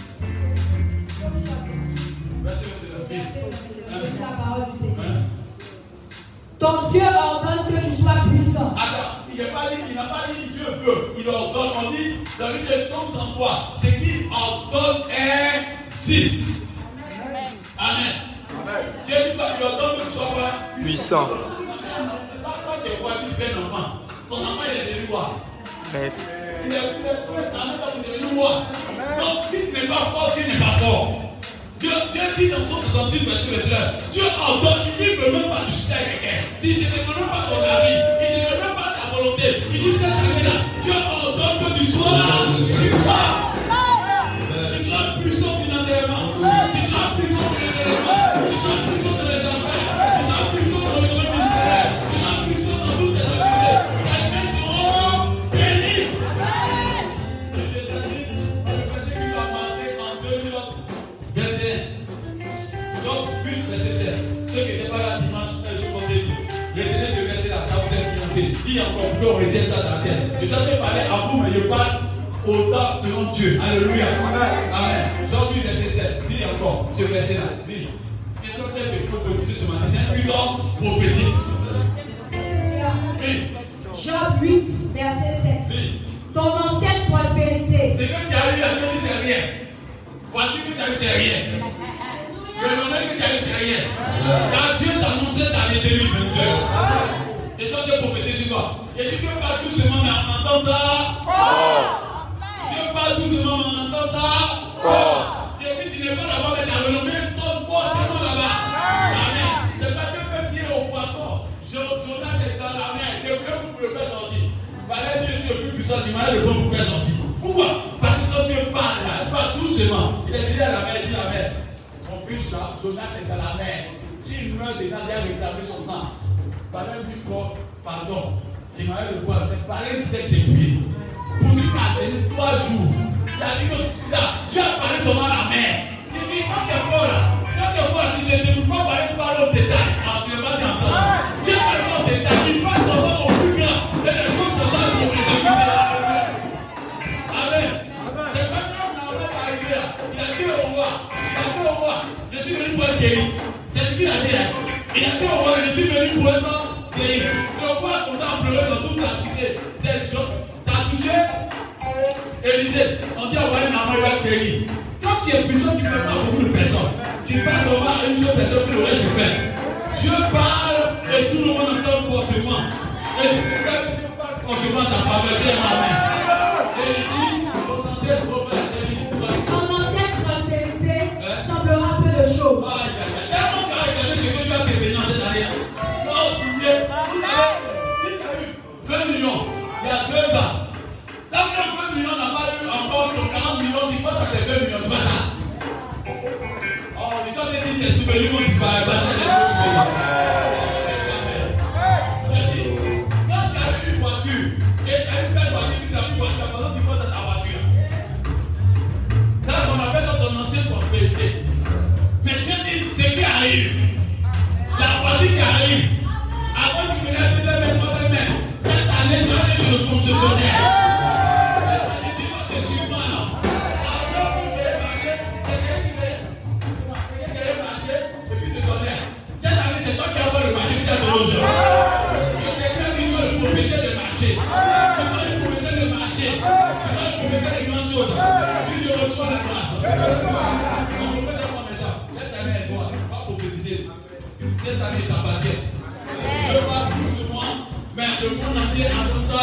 verset vingt-neuf. La parole du Seigneur. Ton Dieu ordonne que tu sois puissant. Attends, il n'a pas dit, il n'a pas dit Dieu veut. Il ordonne, on dit dans l'une des choses en toi. C'est qui ordonne existe. Amen. Amen. Dieu dit pas qu'il ordonne que tu sois pas puissant. Quand tu vois tu fais un enfant, ton enfant il est devenu roi. Yes. Il est devenu roi. Donc qui n'est pas fort, qui n'est pas fort. Dieu, Dieu dit dans son soixante-huit, verset vingt-neuf, Dieu ordonne, il ne veut même pas discuter avec quelqu'un. Il ne veut même pas ton avis, il ne veut même pas ta volonté. Il dit cette année-là, Dieu ordonne que tu sois puissant. Tu sois puissant financièrement, tu sois puissant financièrement, tu sois puissant dans les affaires, tu sois puissant dans le domaine ministériel, tu sois puissant dans toutes tes activités. Les mains seront bénies. Et je t'ai dit, le verset qui va marquer en deux mille vingt et un. Donc, huit, verset sept. Ceux qui n'étaient pas là dimanche, je comptais dire. Retenez ce verset là, quand vous êtes financé. Qui encore peut retient ça dans la tête. Je savais parler à vous, mais je parle au temps selon Dieu. Alléluia. Amen. Jean huit, verset sept. Dis encore ce verset là. Dis. Ils sont peut-être de prophétiser ce matin. C'est un bilan prophétique. Oui. Jean huit, verset sept. Oui. Ton ancienne prospérité. C'est que tu as eu la vie, c'est rien. Voiture que tu as eu, c'est rien. Le moment que tu as eu, c'est rien. Car Dieu t'annonçait dans l'année deux mille vingt-deux. Et ça, Dieu prophétise sur toi. Et Dieu parle doucement, mais en entendant ça. Dieu parle doucement, mais en entendant ça. Dieu dit, tu n'es pas là-bas, mais tu as renommé ton fortement là-bas. Amen. C'est pas que fait bien au poisson. Jonas est dans la mer. Dieu veut vous le faire sortir. Voilà, Dieu, je suis le plus puissant du mal, je veux vous faire sortir. Pourquoi? Parce que quand Dieu parle, là, il parle doucement. Il est venu à la mer, il dit la mer. Mon fils, là, Jonas est dans la mer. S'il meurt dedans, il a réclamé son sang. Parlez du corps, pardon. Il m'a eu le voir, mais parlez de cette débrouille. Pour lui passer trois jours. Il a dit que là, Dieu a parlé seulement à la mer. Il dit, quand tu es fort là, quand tu es fort, tu ne peux pas parler par le détail. Alors tu ne vas pas t'entendre. Dieu parle pas au détail, il parle seulement au plus grand. Et les choses se changent pour les exécuter. Amen. C'est pas comme Naaman est arrivé là. Il a dit au roi, il a dit au roi, je suis venu pour être guéri. C'est ce qu'il a dit. Il a dit au roi, je suis venu pour être guéri. Le roi a commencé à pleurer dans toute la cité. C'est Job. T'as touché Élisée. On dit au roi, Naaman va être guéri. Quand tu es puissant, tu ne fais pas beaucoup de personnes. Tu passes seulement à une seule personne que le reste se fait. Dieu parle et tout le monde entend fortement. Et Dieu parle fortement ta faveur. Dieu Amen. Et il dit, ton ancienne prospérité, Ton ancienne prospérité semblera peu de choses. aïe, aïe, aïe. Tellement tu as regardé ce que tu as fait bénir cette année. Tu as oublié. Vous savez, si tu as eu vingt millions il y a deux ans, tant que vingt millions n'a pas eu encore quarante millions, tu penses à tes vingt millions, c'est pas ça. Oh, les gens te disent que les souvenirs vont disparaître parce que c'est des souvenirs. Quand tu as eu une voiture et tu as eu une belle voiture, tu as eu une voiture, par exemple, tu poses dans ta voiture. Ça, on appelle dans ton ancienne prospérité. Mais Dieu dit, ce qui arrive, la voiture qui arrive, avant que tu venais à deuxième main, troisième main, cette année, tu vas aller chez le concessionnaire. Cette année, tu vas te suivre là. Après, tu vas marcher, c'est quelqu'un qui va marcher, et puis tu connais. Cette année, c'est toi qui as le marché, qui as de l'autre. Il y a quelqu'un qui sont le propriétaire du marché. Tu sois le propriétaire du marché. Tu sois le propriétaire des grandes choses. Tu reçois la grâce. On peut faire ça maintenant. Cette année est toi. Pas prophétiser. Cette année t'appartient. Je parle plus sur moi, mais le monde entier entend ça.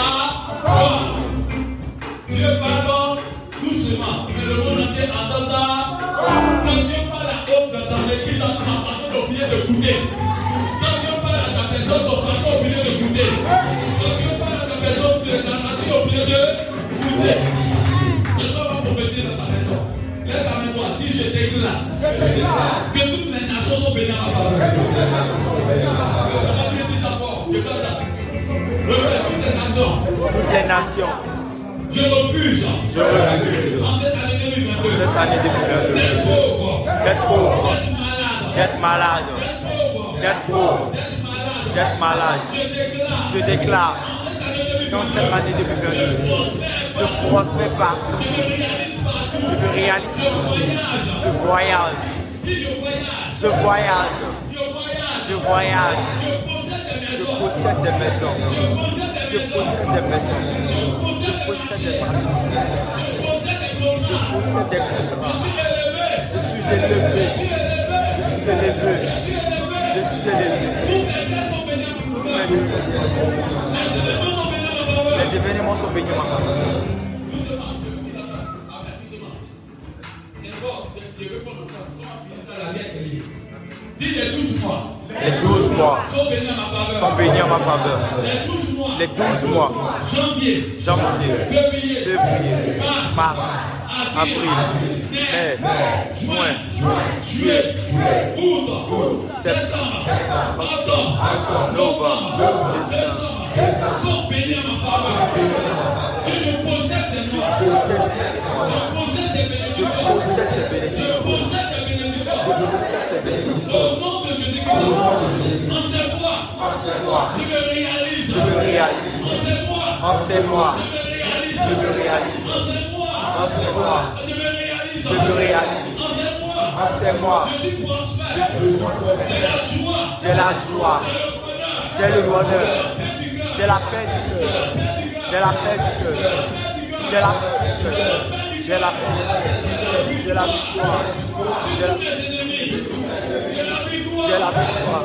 Dieu parle doucement, mais le monde entier entend ça. Quand Dieu parle à haute dans l'église, ton patron a oublié de goûter. Quand Dieu parle à ta personne, ton patron a oublié de goûter. Quand Dieu parle à ta personne, ta nation a oublié de goûter. Je dois pas prophétiser dans sa maison. Lève ta main droite, dis je déclare que toutes les nations sont bénies à ma parole. toutes les nations. Je refuse. Je refuse. En cette année deux mille vingt-deux. Cette année deux mille vingt-deux. D'être pauvre. D'être pauvre. D'être malade. D'être malade. D'être pauvre. D'être malade. Je déclare. Je déclare. Dans cette année deux mille vingt-deux. Je ne prospère pas. Je me réalise. Je voyage. Je voyage. Je voyage. Je possède des maisons. Je possède des maisons. Je possède des marchés. Je possède des contrats. Je suis élevé. Je suis élevé. Je suis élevé. Toutes mes luttes sont bénies. Les événements sont bénis en ma faveur. Dis les douze mois. Les douze mois Sont bénis en ma faveur. sont bénis en ma faveur. Les douze mois. Les douze mois, Janvier. janvier, Février. février, mars, avril, mai, juin, Juillet. Août. septembre, Octobre. novembre, décembre. Sont bénis en ma faveur. Et je possède ces mois. Je Je possède ces bénédictions. possède ces bénédictions. Je possède ces bénédictions. Je possède ces bénédictions. Au nom de Jésus-Christ. En ces mois. En ces mois, Je me réalise. je me réalise. En ces mois. En ces mois, Je me réalise. je me réalise. En ces mois. En ces mois, Je me réalise. je me réalise. En ces mois. En ces mois, Je suis prospère. je suis prospère. C'est la joie. J'ai la joie. J'ai le bonheur. J'ai la paix du cœur. J'ai la paix du cœur. J'ai la paix du cœur. J'ai la paix du cœur. J'ai la victoire. J'ai la J'ai la victoire.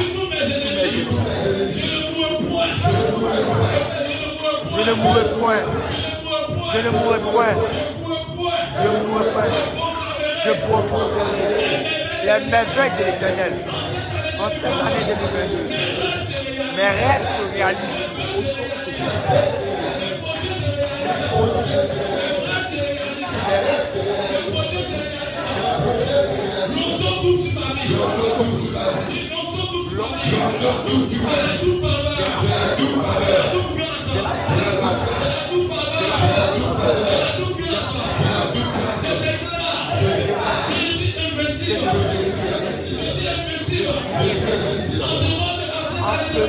Je ne mourrai point. Je ne mourrai point. Je ne mourrai point. Je proclamerai les merveilles de l'Éternel. En cette année deux mille vingt-deux, mes rêves se réalisent. En ce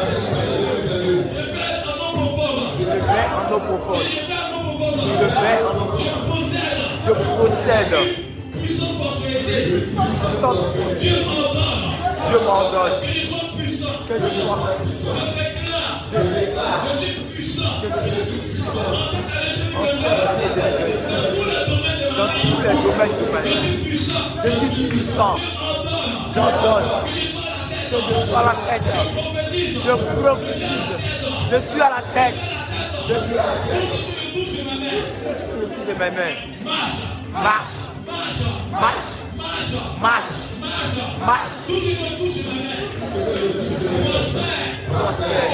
je vais en eau profonde. Je vais en eau profonde. Je possède puissante prospérité. Je m'en donne. Que je sois puissant. Je déclare que je suis puissant. En cette année de dans tous les domaines de ma vie. Je suis puissant. J'en donne. Que je sois à la tête. Je prophétise. Je suis à la tête. Je suis à la tête. Est-ce que je touche de mes mains? Marche. Marche. Marche. Marche. Prospère.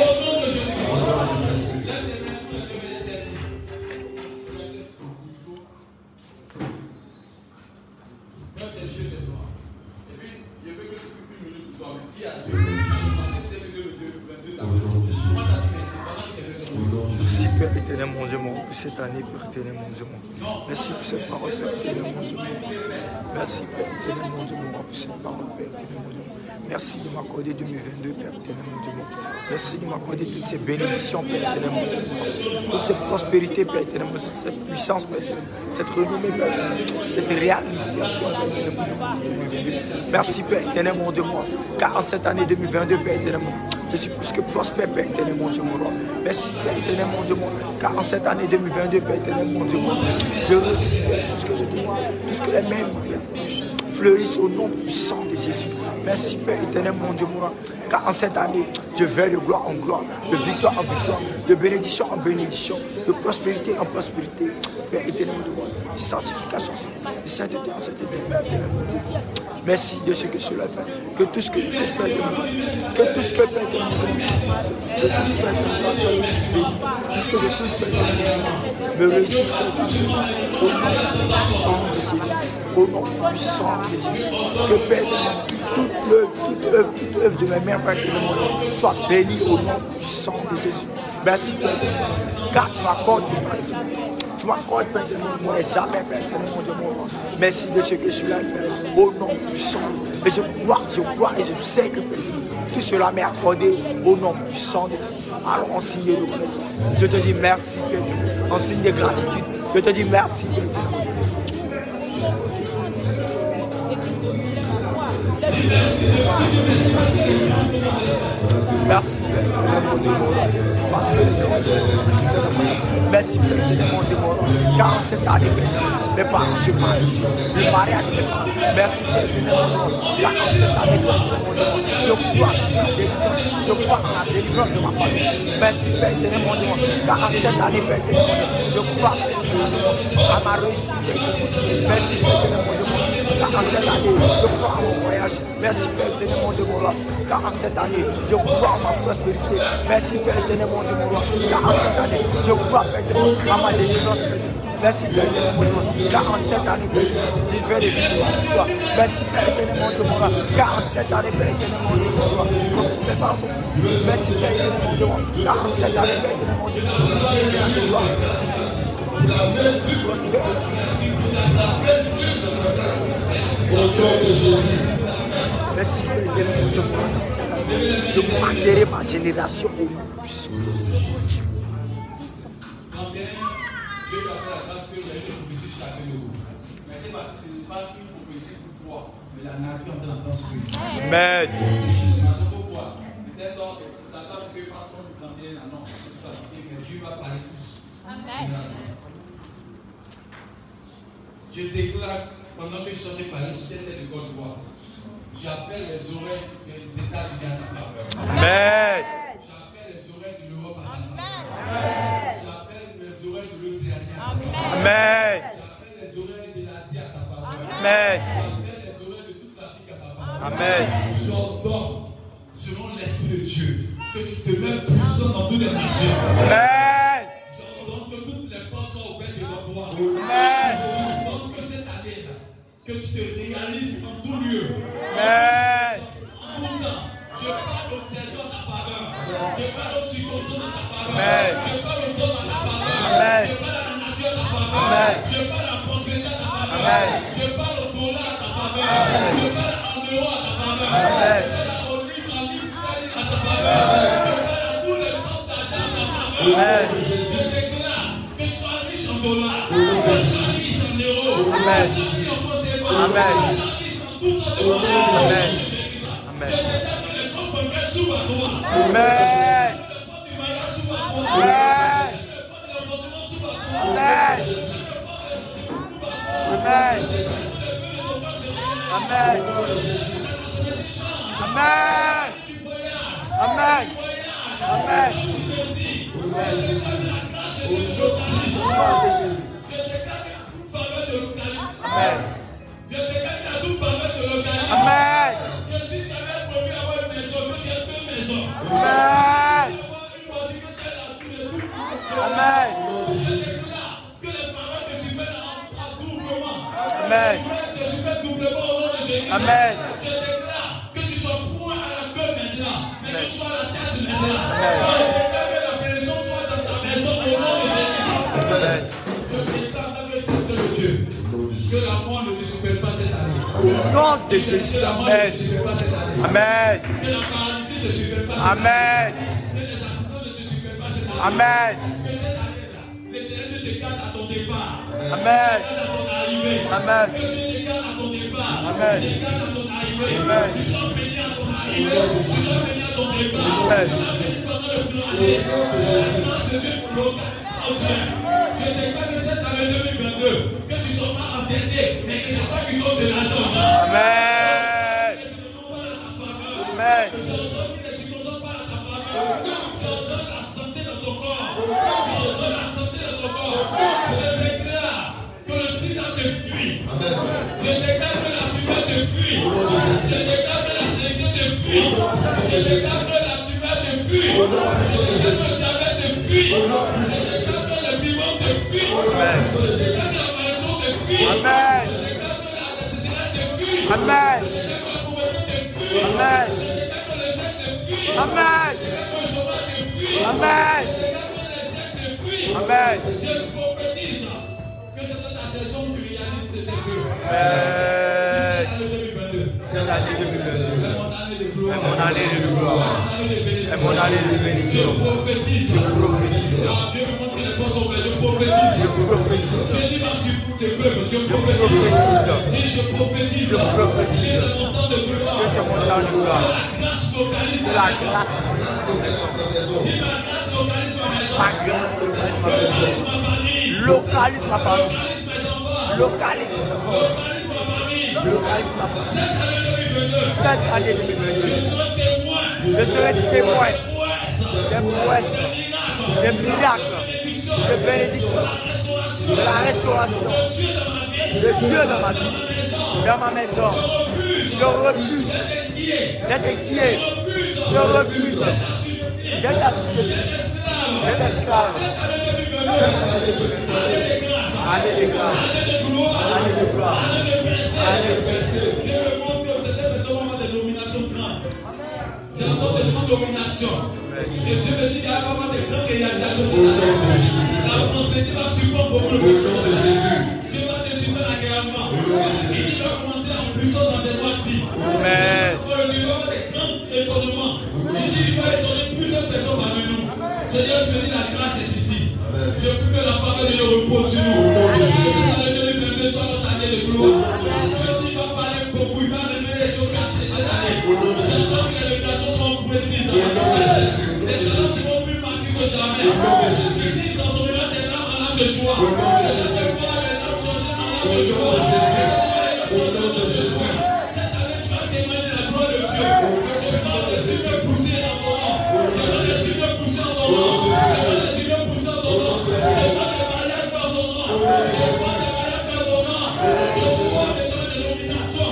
Merci Père éternel mon Dieu pour cette année, Père éternel mon Dieu. Merci pour cette parole, Père éternel mon Dieu. Merci Père éternel mon Dieu pour cette parole, Père éternel mon Dieu. Merci de m'accorder deux mille vingt-deux, Père éternel mon Dieu. Merci de m'accorder toutes ces bénédictions, Père éternel mon Dieu. Toute cette prospérité, Père éternel mon Dieu. Cette puissance, Père éternel. Cette renommée, Père éternel. Cette réalisation, Père éternel mon Dieu. Merci Père éternel mon Dieu. Car en cette année deux mille vingt-deux, Père éternel mon Dieu, je suis plus que prospère, Père éternel mon Dieu, mon roi. Merci, Père éternel mon Dieu, mon roi. Car en cette année deux mille vingt-deux, Père éternel mon Dieu, mon roi, je réussis, Père, tout ce que je touche, tout ce que les mains touchent, fleurissent au nom puissant de Jésus. Merci, Père éternel mon Dieu, mon roi. Car en cette année, je vais de gloire en gloire, de victoire en victoire, de bénédiction en bénédiction, de prospérité en prospérité. Père éternel mon Dieu, de sanctification, de sainteté en sainteté, Père éternel mon Dieu. Merci de ce que cela fait. Que tout ce que je touche, Père éternel, que tout ce que Père éternel, que tout ce que Père éternel, tout ce que je touche, Père éternel, me réussisse, Père éternel, au nom puissant de Jésus, au nom puissant de Jésus. Que Père éternel, toute œuvre, toute œuvre, toute œuvre de mes mains, Père éternel, soit bénie au nom puissant de Jésus. Merci, Père éternel, car tu m'accordes, tu m'accordes, Père éternel, mon n'est jamais, Père éternel, mon Dieu, mon roi. Merci de ce que tu l'as fait, au nom puissant. Et je crois, je crois et je sais que tout cela m'est accordé au nom puissant de Dieu. Alors, en signe de reconnaissance, je te dis merci, Père éternel. En signe de gratitude, je te dis merci, Père éternel. Merci, Père, mon Dieu, mon roi, parce que les grands sont merci, Père, mon Dieu, mon roi, car en cette année, mes parents se marient, le mariage de mes parents. Merci, Père, mon roi, car en cette année, je crois à la délivrance, je crois à la délivrance de ma famille. Merci, Père, mon Dieu, car en cette année, Père, je crois à ma réussite, merci, Père, mon Dieu, car en cette année, je crois à mon voyage. Merci, Père, mon Dieu, mon roi, car en cette année, je crois à ma prospérité. Merci, Père éternel, mon Dieu, mon roi, car en cette année, je crois, Père éternel, à ma délivrance. Merci, Père éternel, mon Dieu, car en cette année, Père éternel, je vais les vivre avec toi. Merci, Père éternel, mon Dieu, mon roi, car en cette année, Père éternel, mon Dieu, mon roi, mes parents sont petits. Merci, Père éternel, mon Dieu, car en cette année, Père éternel, mon Dieu, mon roi, je vais la gloire. Je suis prospère. Au nom de Jésus. Merci, Père éternel, mon Dieu, mon roi, dans cette année. Je marquerai ma génération au nom puissant de Jésus. Dieu lui a fait la grâce qu'il y a eu une prophétie sur chacun de vous. Mais c'est parce que ce n'est pas une prophétie pour toi, mais la nature en train d'entendre ce que tu dis. Amen. Pourquoi? Peut-être donc, ça sache que façon de trente et un, non, mais Dieu va parler plus. Amen. Je déclare, pendant que je sortais par le ciel de Côte d'Ivoire, j'appelle les oreilles des États-Unis à ta faveur. Amen. J'appelle les oreilles de l'Europe à ta faveur. J'appelle les oreilles de l'Océanie à ta faveur. Amen. J'appelle les oreilles de l'Asie à ta faveur. Amen. J'appelle les oreilles de toute l'Afrique à ta faveur. Amen. J'ordonne, selon l'Esprit de Dieu, que tu demeures puissant dans toutes les nations. Amen. J'ordonne que toutes les portes soient ouvertes devant toi. Amen. J'ordonne que cette année-là, que tu te réalises en tout lieu. Amen. En tout temps. Je parle au Seigneur en ta faveur. Je parle aux circonstances en ta faveur. Amen. Je parle aux hommes en ta faveur. Amen. Je parle à la nature en ta faveur. Amen. Je parle à la prospérité en ta faveur. Amen. Je parle au dollar en ta faveur. Je parle en euros en ta faveur. Amen. Je parle au livre en livre sterling en ta faveur. Je parle à tous les hommes d'argent en ta faveur. Amen. Je déclare que tu sois riche en dollars, que tu sois riche en euros, Amen. que tu sois riche en procédures, Amen. que tu sois riche en tout sortes de Amen. je déclare que les comptes bancaires s'ouvrent à toi. Amen. Le compte du mariage s'ouvre à toi. Amen. Le compte de l'enfantement s'ouvre à toi. Amen. Amen. Amen. Amen. Amen. Amen. Au nom de Jésus. Amen. Je déclare qu'à toute faveur de l'organisme, Amen. que si tu avais promis avoir une maison, que tu aies deux maisons. Amen. Une voiture que tu aies la tous les deux. Amen. Je déclare que les faveurs te subissent à doublement. Amen. Que tu subisses doublement au nom de Jésus. Amen. Je déclare que tu sois point à la queue maintenant, mais que tu sois à la tête maintenant. Amen. Je déclare que la bénédiction soit dans ta maison au nom de Jésus. Amen. Je déclare dans le Seigneur de Dieu que la mort ne te supère pas cette année. Au nom de Jésus. Que la mort ne Amen. te supère pas cette année. Amen. Que la paralysie ne te supère pas cette année. Amen. Que les accidents ne te supèrent pas cette année. Amen. Que cette année-là, l'Éternel te garde à ton départ. Amen. Te garde à ton arrivée. Amen. Que Dieu te garde à ton départ. Amen. Te garde à ton arrivée. Amen. Tu sois béni à ton arrivée. Tu sois béni à ton départ. Amen. Tu sois béni pendant le trajet. Maintenant, je vais pour l'autre. Oh Dieu, je déclare que cette année deux mille vingt-deux, que tu ne sois pas endetté, mais que tu n'as pas qui donne de l'argent. Amen. Que ce ne soit pas à ta faveur. Amen. Que ce ne soit pas les circonstances pas à ta faveur. Que ce soit la santé dans ton corps. Que ce soit la santé dans ton corps. Je déclare que le sida te fuit. Je déclare que la tumeur te fuit. Je déclare que la sécurité te fuit. Je déclare que la tumeur te fuit. Je déclare que le diabète te fuit. Je déclare que le piment te fuit. Je déclare que la maladie te fuit. Amen. Je déclare que la détresse te fuit. Amen. Je déclare que la pauvreté te fuit. Amen. Je déclare que le chèque te fuit. Amen. Je déclare que le chômage te fuit. Amen. Je déclare Amen. Je prophétise que c'est ta saison où tu réalises tes vœux. Amen. Cette année deux mille vingt-deux. Cette année deux mille vingt-deux. C'est mon année de gloire. C'est mon année de bénédiction. Je prophétise. Je prophétise. Dieu me montre les portes ouvertes. Je prophétise. Je prophétise. Dieu dit ma sur tes peuples. Je Je prophétise. prophétise. Je prophétise. Je prophétise. Que c'est mon temps de gloire. Que c'est mon temps de gloire. Que la grâce localise Que la grâce localise ma maison. Dis ma grâce localise ma maison. Ma grâce localise ma Localise maison. ma famille. Localise ma famille. Localise mes enfants. Localise mes enfants. Localise ma famille. Localise ma famille. Cette année deux mille vingt-deux. Cette année deux mille vingt-deux. Je serai témoin. Je serai témoin des prouesses, des miracles, des bénédictions, de la restauration, de Dieu dans ma vie, dans ma maison. Je refuse d'être inquiet. Je refuse d'être assujetti, d'être esclave. Année de grâce, année de gloire, année de paix. J'ai encore des grandes dominations. Et Dieu me dit qu'il y a pas mal de grands qu'il y a de la chose. La procédure va suivre beaucoup de choses. Dieu va te suivre agréablement. Il dit qu'il va commencer en puissance dans ces mois-ci. Amen. Dieu va avoir des grands étonnements. Il dit qu'il va étonner plusieurs personnes parmi nous. Seigneur, je dis la grâce est ici. Je prie que la faveur de Dieu repose sur nous. Que l'année deux mille vingt-deux soit notre année de gloire. Dieu dit qu'il va parler beaucoup. Il va lever les choses cachées cette année. Précise. Les gens seront plus partis que jamais. Il dit dans son regard des larmes en âme de joie. Je vais voir les larmes changer en âme de joie. Cette année, tu vas témoigner de la gloire de Dieu. Le vent de Dieu va pousser dans ton nom. Le vent de Dieu va pousser dans ton nom. Le vent de Dieu va pousser dans ton nom. Le vent de mariage dans ton nom. Le vent de mariage dans ton nom. Je suis roi de ton dénomination.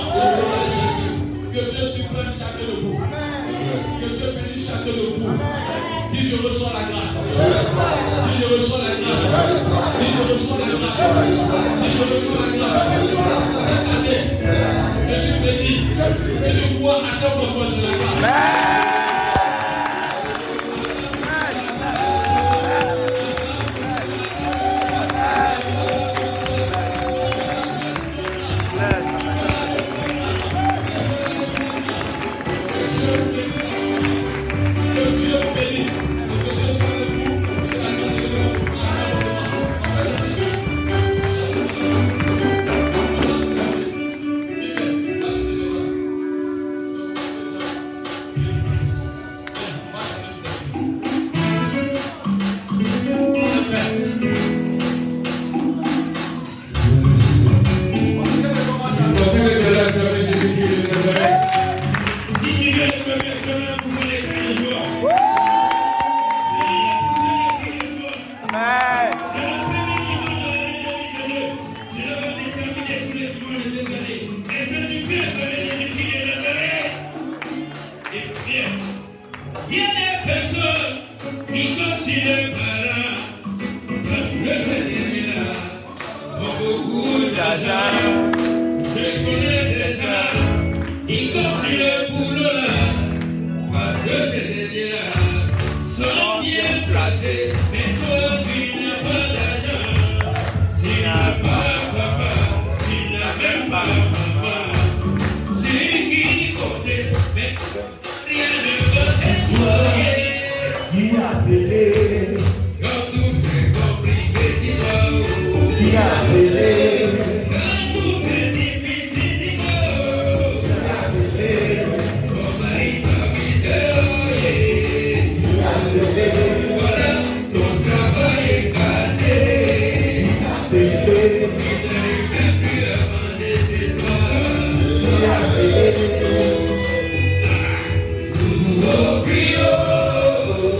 Que Dieu supprime chacun de vous. Que Dieu bénisse chacun de vous. Si je reçois la grâce, si je reçois la grâce, si je reçois la grâce, si je reçois la grâce, cette année, je suis béni. Je vois à neuf fois de la grâce.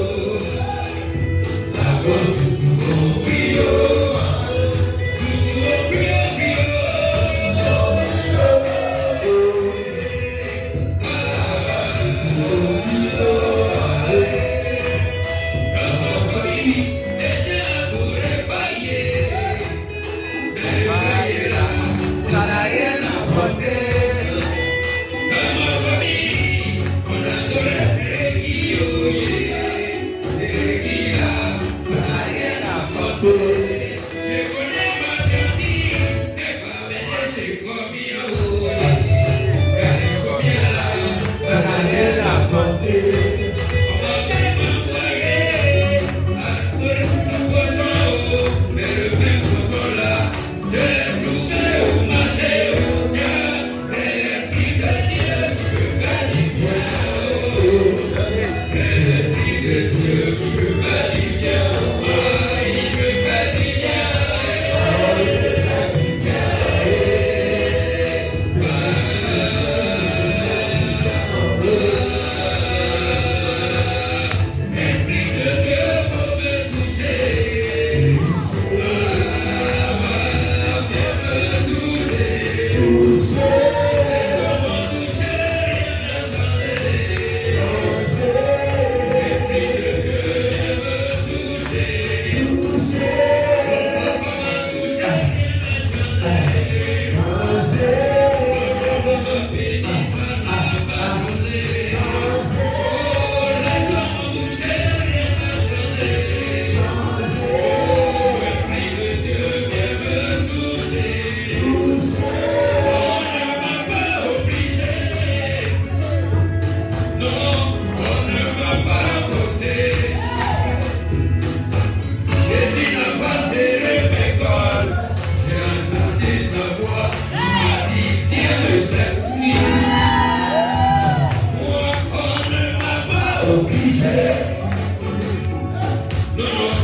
Oh, Le nom